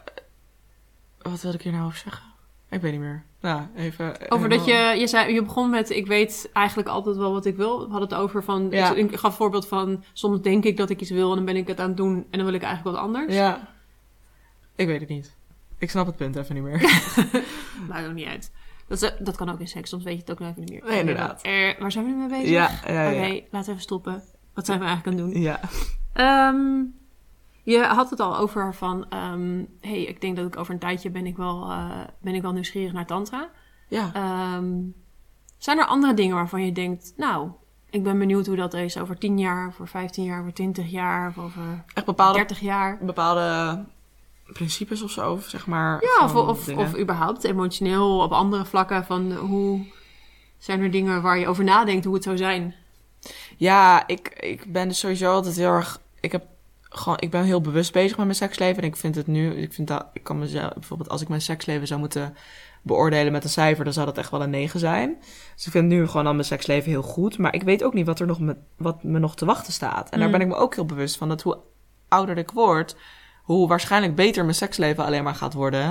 Wat wil ik hier nou over zeggen? Ik weet niet meer. Nou, even... Over dat je, je zei, je begon met, ik weet eigenlijk altijd wel wat ik wil. We hadden het over van, Ja. ik, ik gaf een voorbeeld van, soms denk ik dat ik iets wil en dan ben ik het aan het doen en dan wil ik eigenlijk wat anders. Ja. Ik weet het niet. Ik snap het punt even niet meer. Maakt ook niet uit. Dat, is, dat kan ook in seks, soms weet je het ook nog even niet meer. Nee, inderdaad. Eh, waar zijn we nu mee bezig? Ja, ja, ja. Oké, laten we even stoppen. Wat zijn we eigenlijk aan het doen? Ja. Um, je had het al over van, um, hey, ik denk dat ik over een tijdje ben ik wel, uh, ben ik wel nieuwsgierig naar tantra. Ja. Um, zijn er andere dingen waarvan je denkt, nou, ik ben benieuwd hoe dat is over tien jaar, over vijftien jaar, over twintig jaar, of over Echt bepaalde, dertig jaar? bepaalde principes of zo, zeg maar. Ja, of, van of, dingen. of überhaupt emotioneel op andere vlakken van hoe zijn er dingen waar je over nadenkt hoe het zou zijn? Ja, ik, ik ben dus sowieso altijd heel erg... Ik heb gewoon, ik ben heel bewust bezig met mijn seksleven. En ik vind het nu... Ik vind dat... Ik kan mezelf... Bijvoorbeeld als ik mijn seksleven zou moeten beoordelen met een cijfer, dan zou dat echt wel een negen zijn. Dus ik vind nu gewoon al mijn seksleven heel goed. Maar ik weet ook niet wat er nog me, wat me nog te wachten staat. En daar Mm. ben ik me ook heel bewust van. Dat hoe ouder ik word, hoe waarschijnlijk beter mijn seksleven alleen maar gaat worden.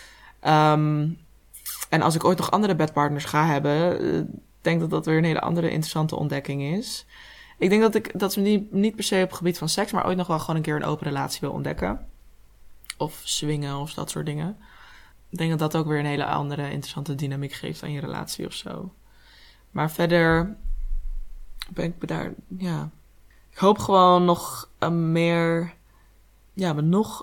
Um, en als ik ooit nog andere bedpartners ga hebben, uh, denk dat dat weer een hele andere interessante ontdekking is. Ik denk dat ik dat niet, niet per se op het gebied van seks, maar ooit nog wel gewoon een keer een open relatie wil ontdekken. Of swingen of dat soort dingen. Ik denk dat dat ook weer een hele andere interessante dynamiek geeft aan je relatie of zo. Maar verder ben ik daar, ja. Ik hoop gewoon nog een meer, ja, me nog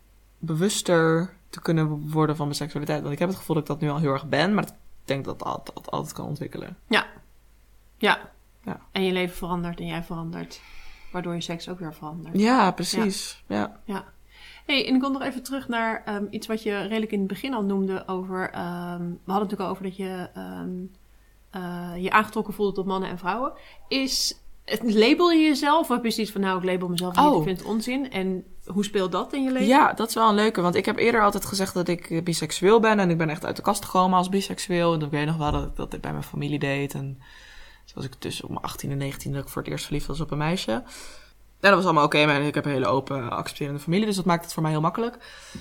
bewuster te kunnen worden van mijn seksualiteit. Want ik heb het gevoel dat ik dat nu al heel erg ben, maar ik denk dat dat, dat altijd kan ontwikkelen. Ja. Ja. Ja. En je leven verandert en jij verandert. Waardoor je seks ook weer verandert. Ja, precies. Ja. ja. Ja. Hey, en ik kom nog even terug naar um, iets wat je redelijk in het begin al noemde over... Um, we hadden het natuurlijk al over dat je um, uh, je aangetrokken voelde tot mannen en vrouwen. Is het, label je jezelf? Of heb je zoiets van, nou, ik label mezelf niet, Oh. ik vind het onzin. En hoe speelt dat in je leven? Ja, dat is wel een leuke. Want ik heb eerder altijd gezegd dat ik biseksueel ben. En ik ben echt uit de kast gekomen als biseksueel. En ik weet nog wel dat ik dat bij mijn familie deed. En toen was ik tussen op mijn achttien en negentien dat ik voor het eerst verliefd was op een meisje. En dat was allemaal oké. Okay, maar ik heb een hele open, accepterende familie. Dus dat maakt het voor mij heel makkelijk.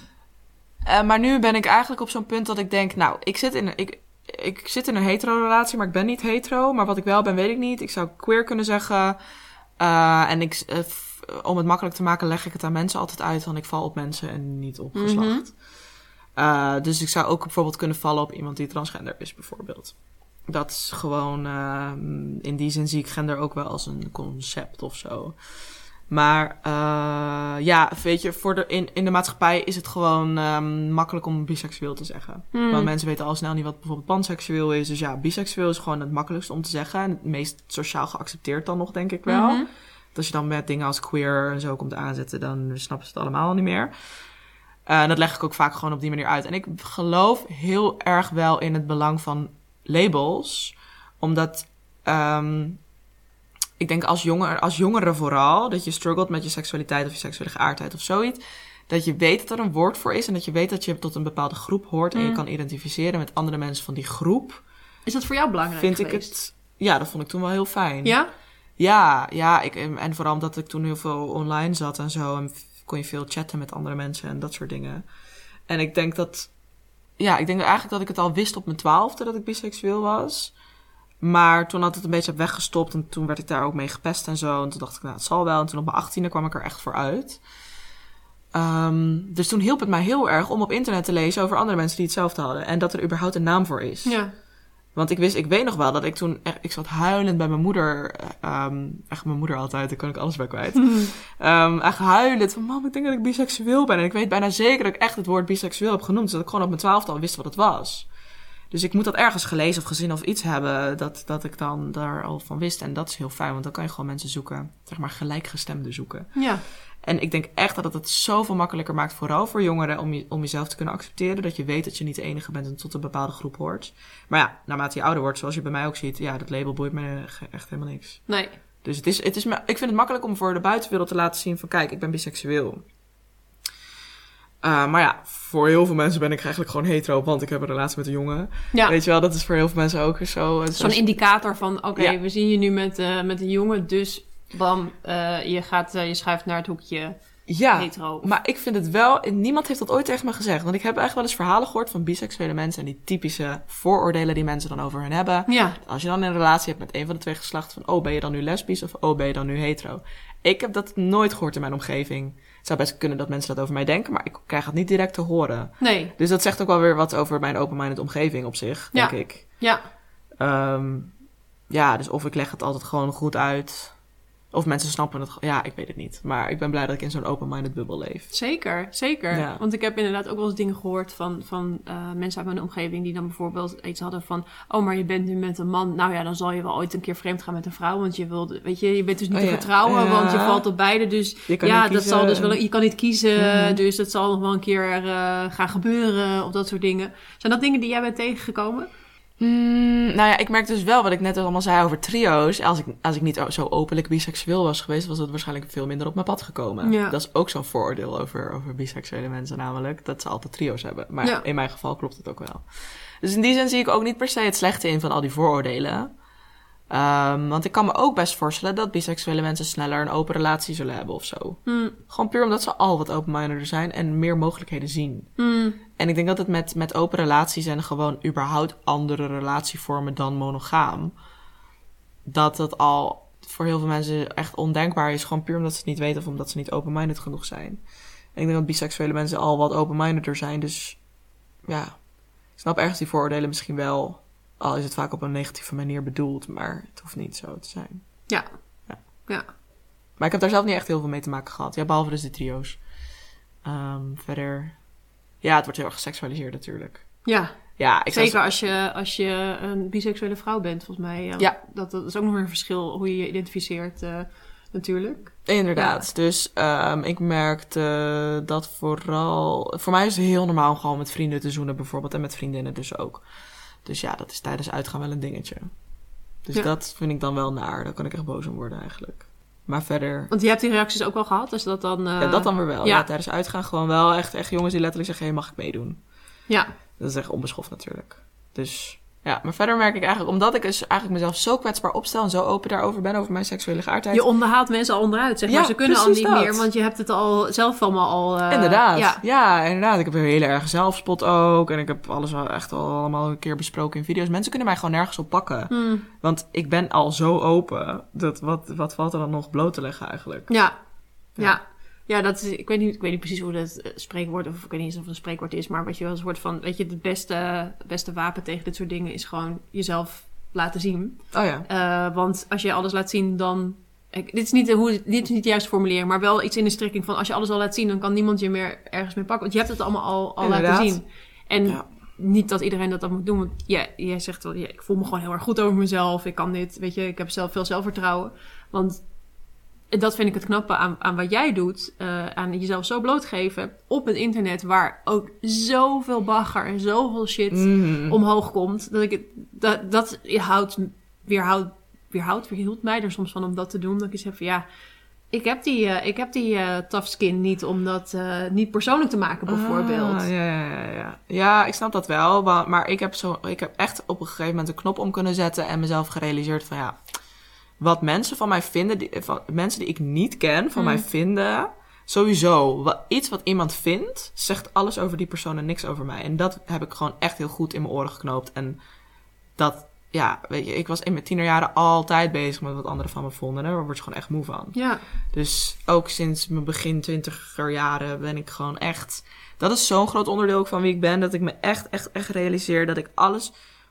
Uh, maar nu ben ik eigenlijk op zo'n punt dat ik denk... Nou, ik zit in een, ik, ik zit in een hetero-relatie, maar ik ben niet hetero. Maar wat ik wel ben, weet ik niet. Ik zou queer kunnen zeggen. Uh, en ik, uh, f, om het makkelijk te maken, leg ik het aan mensen altijd uit. Want ik val op mensen en niet op geslacht. Mm-hmm. Uh, dus ik zou ook bijvoorbeeld kunnen vallen op iemand die transgender is, bijvoorbeeld. Dat is gewoon... Uh, in die zin zie ik gender ook wel als een concept of zo. Maar uh, ja, weet je, voor de, in, in de maatschappij is het gewoon um, makkelijk om biseksueel te zeggen. Mm. Want mensen weten al snel niet wat bijvoorbeeld panseksueel is. Dus ja, biseksueel is gewoon het makkelijkste om te zeggen. En het meest sociaal geaccepteerd dan nog, denk ik wel. Mm-hmm. Als je dan met dingen als queer en zo komt aanzetten, dan snappen ze het allemaal niet meer. Uh, en dat leg ik ook vaak gewoon op die manier uit. En ik geloof heel erg wel in het belang van labels. Omdat... Um, Ik denk als jongere, als jongere vooral, dat je struggelt met je seksualiteit of je seksuele geaardheid of zoiets. Dat je weet dat er een woord voor is en dat je weet dat je tot een bepaalde groep hoort. Mm. En je kan identificeren met andere mensen van die groep. Is dat voor jou belangrijk Vind geweest? ik het, ja, dat vond ik toen wel heel fijn. Ja? Ja, ja. Ik, en vooral omdat ik toen heel veel online zat en zo. En kon je veel chatten met andere mensen en dat soort dingen. En ik denk dat, ja, ik denk eigenlijk dat ik het al wist op mijn twaalfde dat ik biseksueel was. Maar toen had het een beetje weggestopt en toen werd ik daar ook mee gepest en zo. En toen dacht ik, nou, het zal wel. En toen op mijn achttiende kwam ik er echt voor uit. Um, dus toen hielp het mij heel erg om op internet te lezen over andere mensen die hetzelfde hadden. En dat er überhaupt een naam voor is. Ja. Want ik wist, ik weet nog wel dat ik toen echt, ik zat huilend bij mijn moeder. Um, echt mijn moeder altijd, daar kan ik alles bij kwijt. um, echt huilend van, mam, ik denk dat ik biseksueel ben. En ik weet bijna zeker dat ik echt het woord biseksueel heb genoemd. Dus dat ik gewoon op mijn twaalfde al wist wat het was. Dus ik moet dat ergens gelezen of gezien of iets hebben, dat, dat ik dan daar al van wist. En dat is heel fijn, want dan kan je gewoon mensen zoeken, zeg maar gelijkgestemden zoeken. Ja. En ik denk echt dat het het zoveel makkelijker maakt, vooral voor jongeren, om, je, om jezelf te kunnen accepteren. Dat je weet dat je niet de enige bent en tot een bepaalde groep hoort. Maar ja, naarmate je ouder wordt, zoals je bij mij ook ziet, ja, dat label boeit me echt helemaal niks. Nee. Dus het is, het is, ik vind het makkelijk om voor de buitenwereld te laten zien van, kijk, ik ben biseksueel. Uh, maar ja, voor heel veel mensen ben ik eigenlijk gewoon hetero, want ik heb een relatie met een jongen. Ja. Weet je wel, dat is voor heel veel mensen ook zo. Zo'n zo... indicator van, oké, okay, ja. we zien je nu met, uh, met een jongen, dus bam, uh, je, gaat, uh, je schuift naar het hoekje ja, hetero. Maar ik vind het wel, niemand heeft dat ooit tegen me gezegd. Want ik heb echt wel eens verhalen gehoord van biseksuele mensen en die typische vooroordelen die mensen dan over hen hebben. Ja. Als je dan een relatie hebt met een van de twee geslachten, van oh, ben je dan nu lesbisch of oh, ben je dan nu hetero? Ik heb dat nooit gehoord in mijn omgeving. Het zou best kunnen dat mensen dat over mij denken, maar ik krijg het niet direct te horen. Nee. Dus dat zegt ook wel weer wat over mijn open-minded omgeving op zich, denk ja. ik. Ja. Um, ja, dus of ik leg het altijd gewoon goed uit, of mensen snappen het. Ja, ik weet het niet. Maar ik ben blij dat ik in zo'n open-minded bubbel leef. Zeker, zeker. Ja. Want ik heb inderdaad ook wel eens dingen gehoord van, van uh, mensen uit mijn omgeving die dan bijvoorbeeld iets hadden van, oh, maar je bent nu met een man. Nou ja, dan zal je wel ooit een keer vreemd gaan met een vrouw. Want je wilt, weet je, je bent dus niet oh, te ja. vertrouwen, ja. want je valt op beide. Dus ja, dat zal dus wel, je kan niet kiezen. Mm. Dus dat zal nog wel een keer uh, gaan gebeuren of dat soort dingen. Zijn dat dingen die jij bent tegengekomen? Mm, nou ja, ik merk dus wel wat ik net allemaal zei over trio's. Als ik, als ik niet zo openlijk biseksueel was geweest, was dat waarschijnlijk veel minder op mijn pad gekomen. Ja. Dat is ook zo'n vooroordeel over, over biseksuele mensen namelijk. Dat ze altijd trio's hebben. Maar ja. in mijn geval klopt het ook wel. Dus in die zin zie ik ook niet per se het slechte in van al die vooroordelen. Um, want ik kan me ook best voorstellen dat biseksuele mensen sneller een open relatie zullen hebben of zo. Mm. Gewoon puur omdat ze al wat open-mindeder zijn en meer mogelijkheden zien. Mm. En ik denk dat het met, met open relaties en gewoon überhaupt andere relatievormen dan monogaam, dat het al voor heel veel mensen echt ondenkbaar is. Gewoon puur omdat ze het niet weten of omdat ze niet open-minded genoeg zijn. En ik denk dat biseksuele mensen al wat open-mindeder zijn. Dus ja, ik snap ergens die vooroordelen misschien wel. Al is het vaak op een negatieve manier bedoeld, maar het hoeft niet zo te zijn. Ja. Ja. ja. Maar ik heb daar zelf niet echt heel veel mee te maken gehad. Ja, behalve dus de trio's. Um, verder, ja, het wordt heel erg geseksualiseerd natuurlijk. Ja, ja ik zeker als je, als je een biseksuele vrouw bent, volgens mij. Ja. ja. Dat, dat is ook nog weer een verschil hoe je je identificeert uh, natuurlijk. Inderdaad. Ja. Dus um, ik merkte dat vooral, voor mij is het heel normaal om gewoon met vrienden te zoenen bijvoorbeeld. En met vriendinnen dus ook. Dus ja, dat is tijdens uitgaan wel een dingetje. Dus ja. dat vind ik dan wel naar. Daar kan ik echt boos om worden eigenlijk. Maar verder... Want je hebt die reacties ook wel gehad? Is dat dan... Uh... Ja, dat dan weer wel. Ja. Ja, tijdens uitgaan gewoon wel echt, echt jongens die letterlijk zeggen, hey, mag ik meedoen? Ja. Dat is echt onbeschoft natuurlijk. Dus ja, maar verder merk ik eigenlijk, omdat ik dus eigenlijk mezelf zo kwetsbaar opstel en zo open daarover ben, over mijn seksuele geaardheid. Je onderhaalt mensen al onderuit, zeg maar. Ja, ze kunnen al niet dat. meer, want je hebt het al zelf allemaal al... Uh, inderdaad. Ja. ja, inderdaad. Ik heb een hele erge zelfspot ook. En ik heb alles wel echt al allemaal een keer besproken in video's. Mensen kunnen mij gewoon nergens op pakken. Hmm. Want ik ben al zo open. Dat wat, wat valt er dan nog bloot te leggen eigenlijk? Ja, ja. ja. Ja, dat is, ik weet niet, ik weet niet precies hoe dat uh, spreekwoord, of ik weet niet eens of het een spreekwoord is, maar wat je wel eens hoort van, weet je, het beste, beste wapen tegen dit soort dingen is gewoon jezelf laten zien. Oh ja. Uh, want als je alles laat zien, dan, ik, dit is niet hoe, dit is niet de juiste formulering, maar wel iets in de strekking van, als je alles al laat zien, dan kan niemand je meer ergens mee pakken, want je hebt het allemaal al, al laten zien. En ja. niet dat iedereen dat dan moet doen, want ja, jij zegt wel, ja, ik voel me gewoon heel erg goed over mezelf, ik kan dit, weet je, ik heb zelf veel zelfvertrouwen, want dat vind ik het knappe aan, aan wat jij doet. Uh, aan jezelf zo blootgeven op het internet. Waar ook zoveel bagger en zoveel shit mm. omhoog komt. Dat ik het, dat, dat houdt, weerhoudt, weerhoudt, weerhield mij er soms van om dat te doen. Dat ik eens heb van ja, ik heb die, uh, ik heb die uh, tough skin niet om dat uh, niet persoonlijk te maken bijvoorbeeld. Ah, ja, ja, ja, ja. Ja, ik snap dat wel. Maar, maar ik heb zo, ik heb echt op een gegeven moment een knop om kunnen zetten. En mezelf gerealiseerd van ja, wat mensen van mij vinden, die, van mensen die ik niet ken, van mm. mij vinden, sowieso, wat, iets wat iemand vindt, zegt alles over die persoon en niks over mij. En dat heb ik gewoon echt heel goed in mijn oren geknoopt. En dat, ja, weet je, ik was in mijn tienerjaren altijd bezig met wat anderen van me vonden. Daar word je gewoon echt moe van. Ja. Dus ook sinds mijn begin twintiger jaren ben ik gewoon echt, dat is zo'n groot onderdeel ook van wie ik ben, dat ik me echt, echt, echt realiseer dat ik alles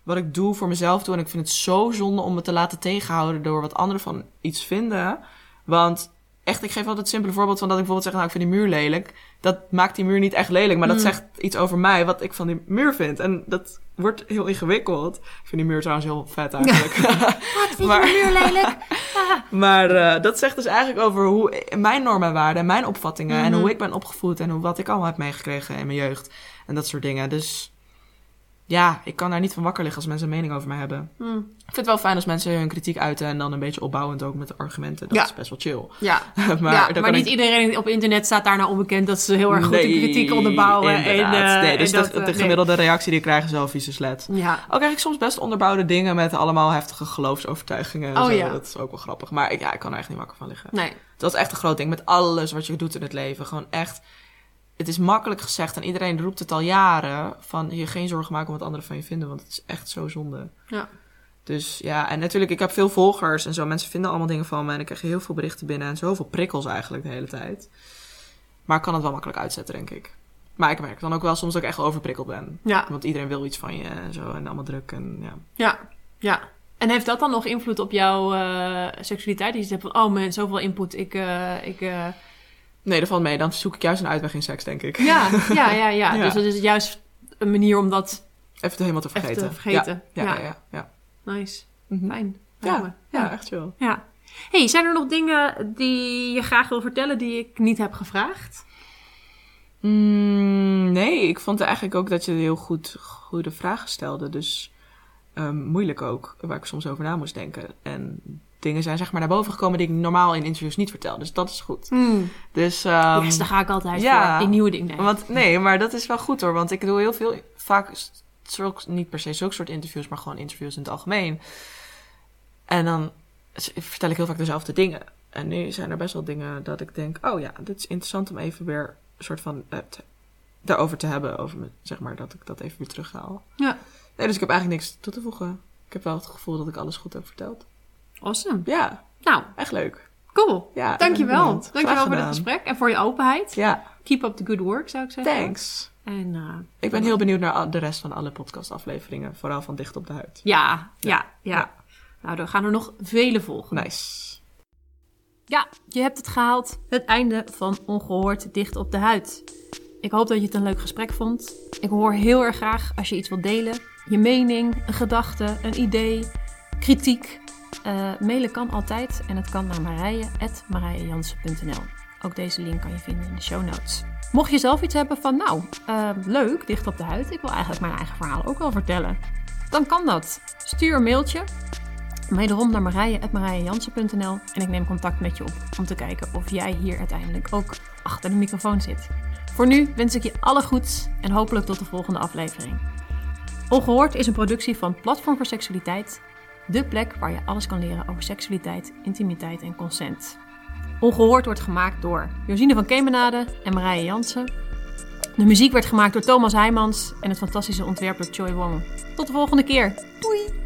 wat ik doe voor mezelf doe. En ik vind het zo zonde om me te laten tegenhouden door wat anderen van iets vinden. Want echt, ik geef altijd het simpele voorbeeld van dat ik bijvoorbeeld zeg, nou, ik vind die muur lelijk. Dat maakt die muur niet echt lelijk, maar dat mm. zegt iets over mij, wat ik van die muur vind. En dat wordt heel ingewikkeld. Ik vind die muur trouwens heel vet eigenlijk. Wat, vind maar, je de muur lelijk? maar uh, dat zegt dus eigenlijk over hoe mijn normen en waarden en mijn opvattingen mm-hmm. en hoe ik ben opgevoed en hoe, wat ik allemaal heb meegekregen in mijn jeugd. En dat soort dingen. Dus ja, ik kan daar niet van wakker liggen als mensen een mening over mij hebben. Mm. Ik vind het wel fijn als mensen hun kritiek uiten en dan een beetje opbouwend ook met de argumenten. Dat ja. is best wel chill. Ja, maar, ja, maar niet ik... iedereen op internet staat daar nou onbekend dat ze heel erg goed nee, de kritiek onderbouwen. En, uh, nee, dus en dat, de, de gemiddelde nee. reactie die ik krijg is wel vieze slet. Ja. Ook krijg ik soms best onderbouwde dingen met allemaal heftige geloofsovertuigingen. En oh, zo. Ja. Dat is ook wel grappig. Maar ik, ja, ik kan er echt niet wakker van liggen. Nee. Dat is echt een groot ding met alles wat je doet in het leven. Gewoon echt... Het is makkelijk gezegd en iedereen roept het al jaren van je geen zorgen maken om wat anderen van je vinden, want het is echt zo zonde. Ja. Dus ja, en natuurlijk, ik heb veel volgers en zo. Mensen vinden allemaal dingen van me en ik krijg heel veel berichten binnen en zoveel prikkels eigenlijk de hele tijd. Maar ik kan het wel makkelijk uitzetten, denk ik. Maar ik merk dan ook wel soms dat ik echt overprikkeld ben. Ja. Want iedereen wil iets van je en zo en allemaal druk en ja. Ja, ja. En heeft dat dan nog invloed op jouw uh, seksualiteit? Dat je zegt van, oh man, zoveel input, ik... Uh, ik uh... Nee, dat valt mee. Dan zoek ik juist een uitweg in seks, denk ik. Ja, ja, ja, ja. ja. Dus het is juist een manier om dat... Even te helemaal te vergeten. Even te vergeten. Ja, ja, ja. ja. ja, ja. Nice. Mm-hmm. Fijn. Ja, ja, ja, echt chill. Ja. Hey, zijn er nog dingen die je graag wil vertellen die ik niet heb gevraagd? Mm, nee, ik vond eigenlijk ook dat je heel goed goede vragen stelde. Dus um, moeilijk ook, waar ik soms over na moest denken. En dingen zijn zeg maar naar boven gekomen die ik normaal in interviews niet vertel. Dus dat is goed. Mm. Dus, um, yes, daar ga ik altijd ja, voor, die nieuwe dingen. Want, nee, maar dat is wel goed hoor. Want ik doe heel veel, vaak, zulk, niet per se zulke soort interviews, maar gewoon interviews in het algemeen. En dan vertel ik heel vaak dezelfde dingen. En nu zijn er best wel dingen dat ik denk, oh ja, dit is interessant om even weer een soort van uh, te, daarover te hebben. Over me, zeg maar, dat ik dat even weer terughaal. Ja. Nee, dus ik heb eigenlijk niks toe te voegen. Ik heb wel het gevoel dat ik alles goed heb verteld. Awesome. Ja. Nou. Echt leuk. Cool. Ja, dankjewel. Dankjewel voor dit gesprek en voor je openheid. Ja. Keep up the good work, zou ik zeggen. Thanks. En, uh, ik ben heel benieuwd naar de rest van alle podcastafleveringen. Vooral van Dicht op de Huid. Ja, ja, ja. ja. ja. Nou, er gaan er nog vele volgen. Nice. Ja, je hebt het gehaald. Het einde van Ongehoord Dicht op de Huid. Ik hoop dat je het een leuk gesprek vond. Ik hoor heel erg graag als je iets wilt delen. Je mening, een gedachte, een idee, kritiek. Uh, mailen kan altijd en het kan naar marije at marijejansen punt n l. Ook deze link kan je vinden in de show notes. Mocht je zelf iets hebben van, nou, uh, leuk, Dicht op de Huid. Ik wil eigenlijk mijn eigen verhaal ook wel vertellen. Dan kan dat. Stuur een mailtje. Wederom naar marije at marijejansen punt n l. En ik neem contact met je op om te kijken of jij hier uiteindelijk ook achter de microfoon zit. Voor nu wens ik je alle goeds en hopelijk tot de volgende aflevering. Ongehoord is een productie van Platform voor Seksualiteit. De plek waar je alles kan leren over seksualiteit, intimiteit en consent. Ongehoord wordt gemaakt door Josine van Kemenade en Marije Jansen. De muziek werd gemaakt door Thomas Heijmans en het fantastische ontwerp door Choi Wong. Tot de volgende keer. Doei!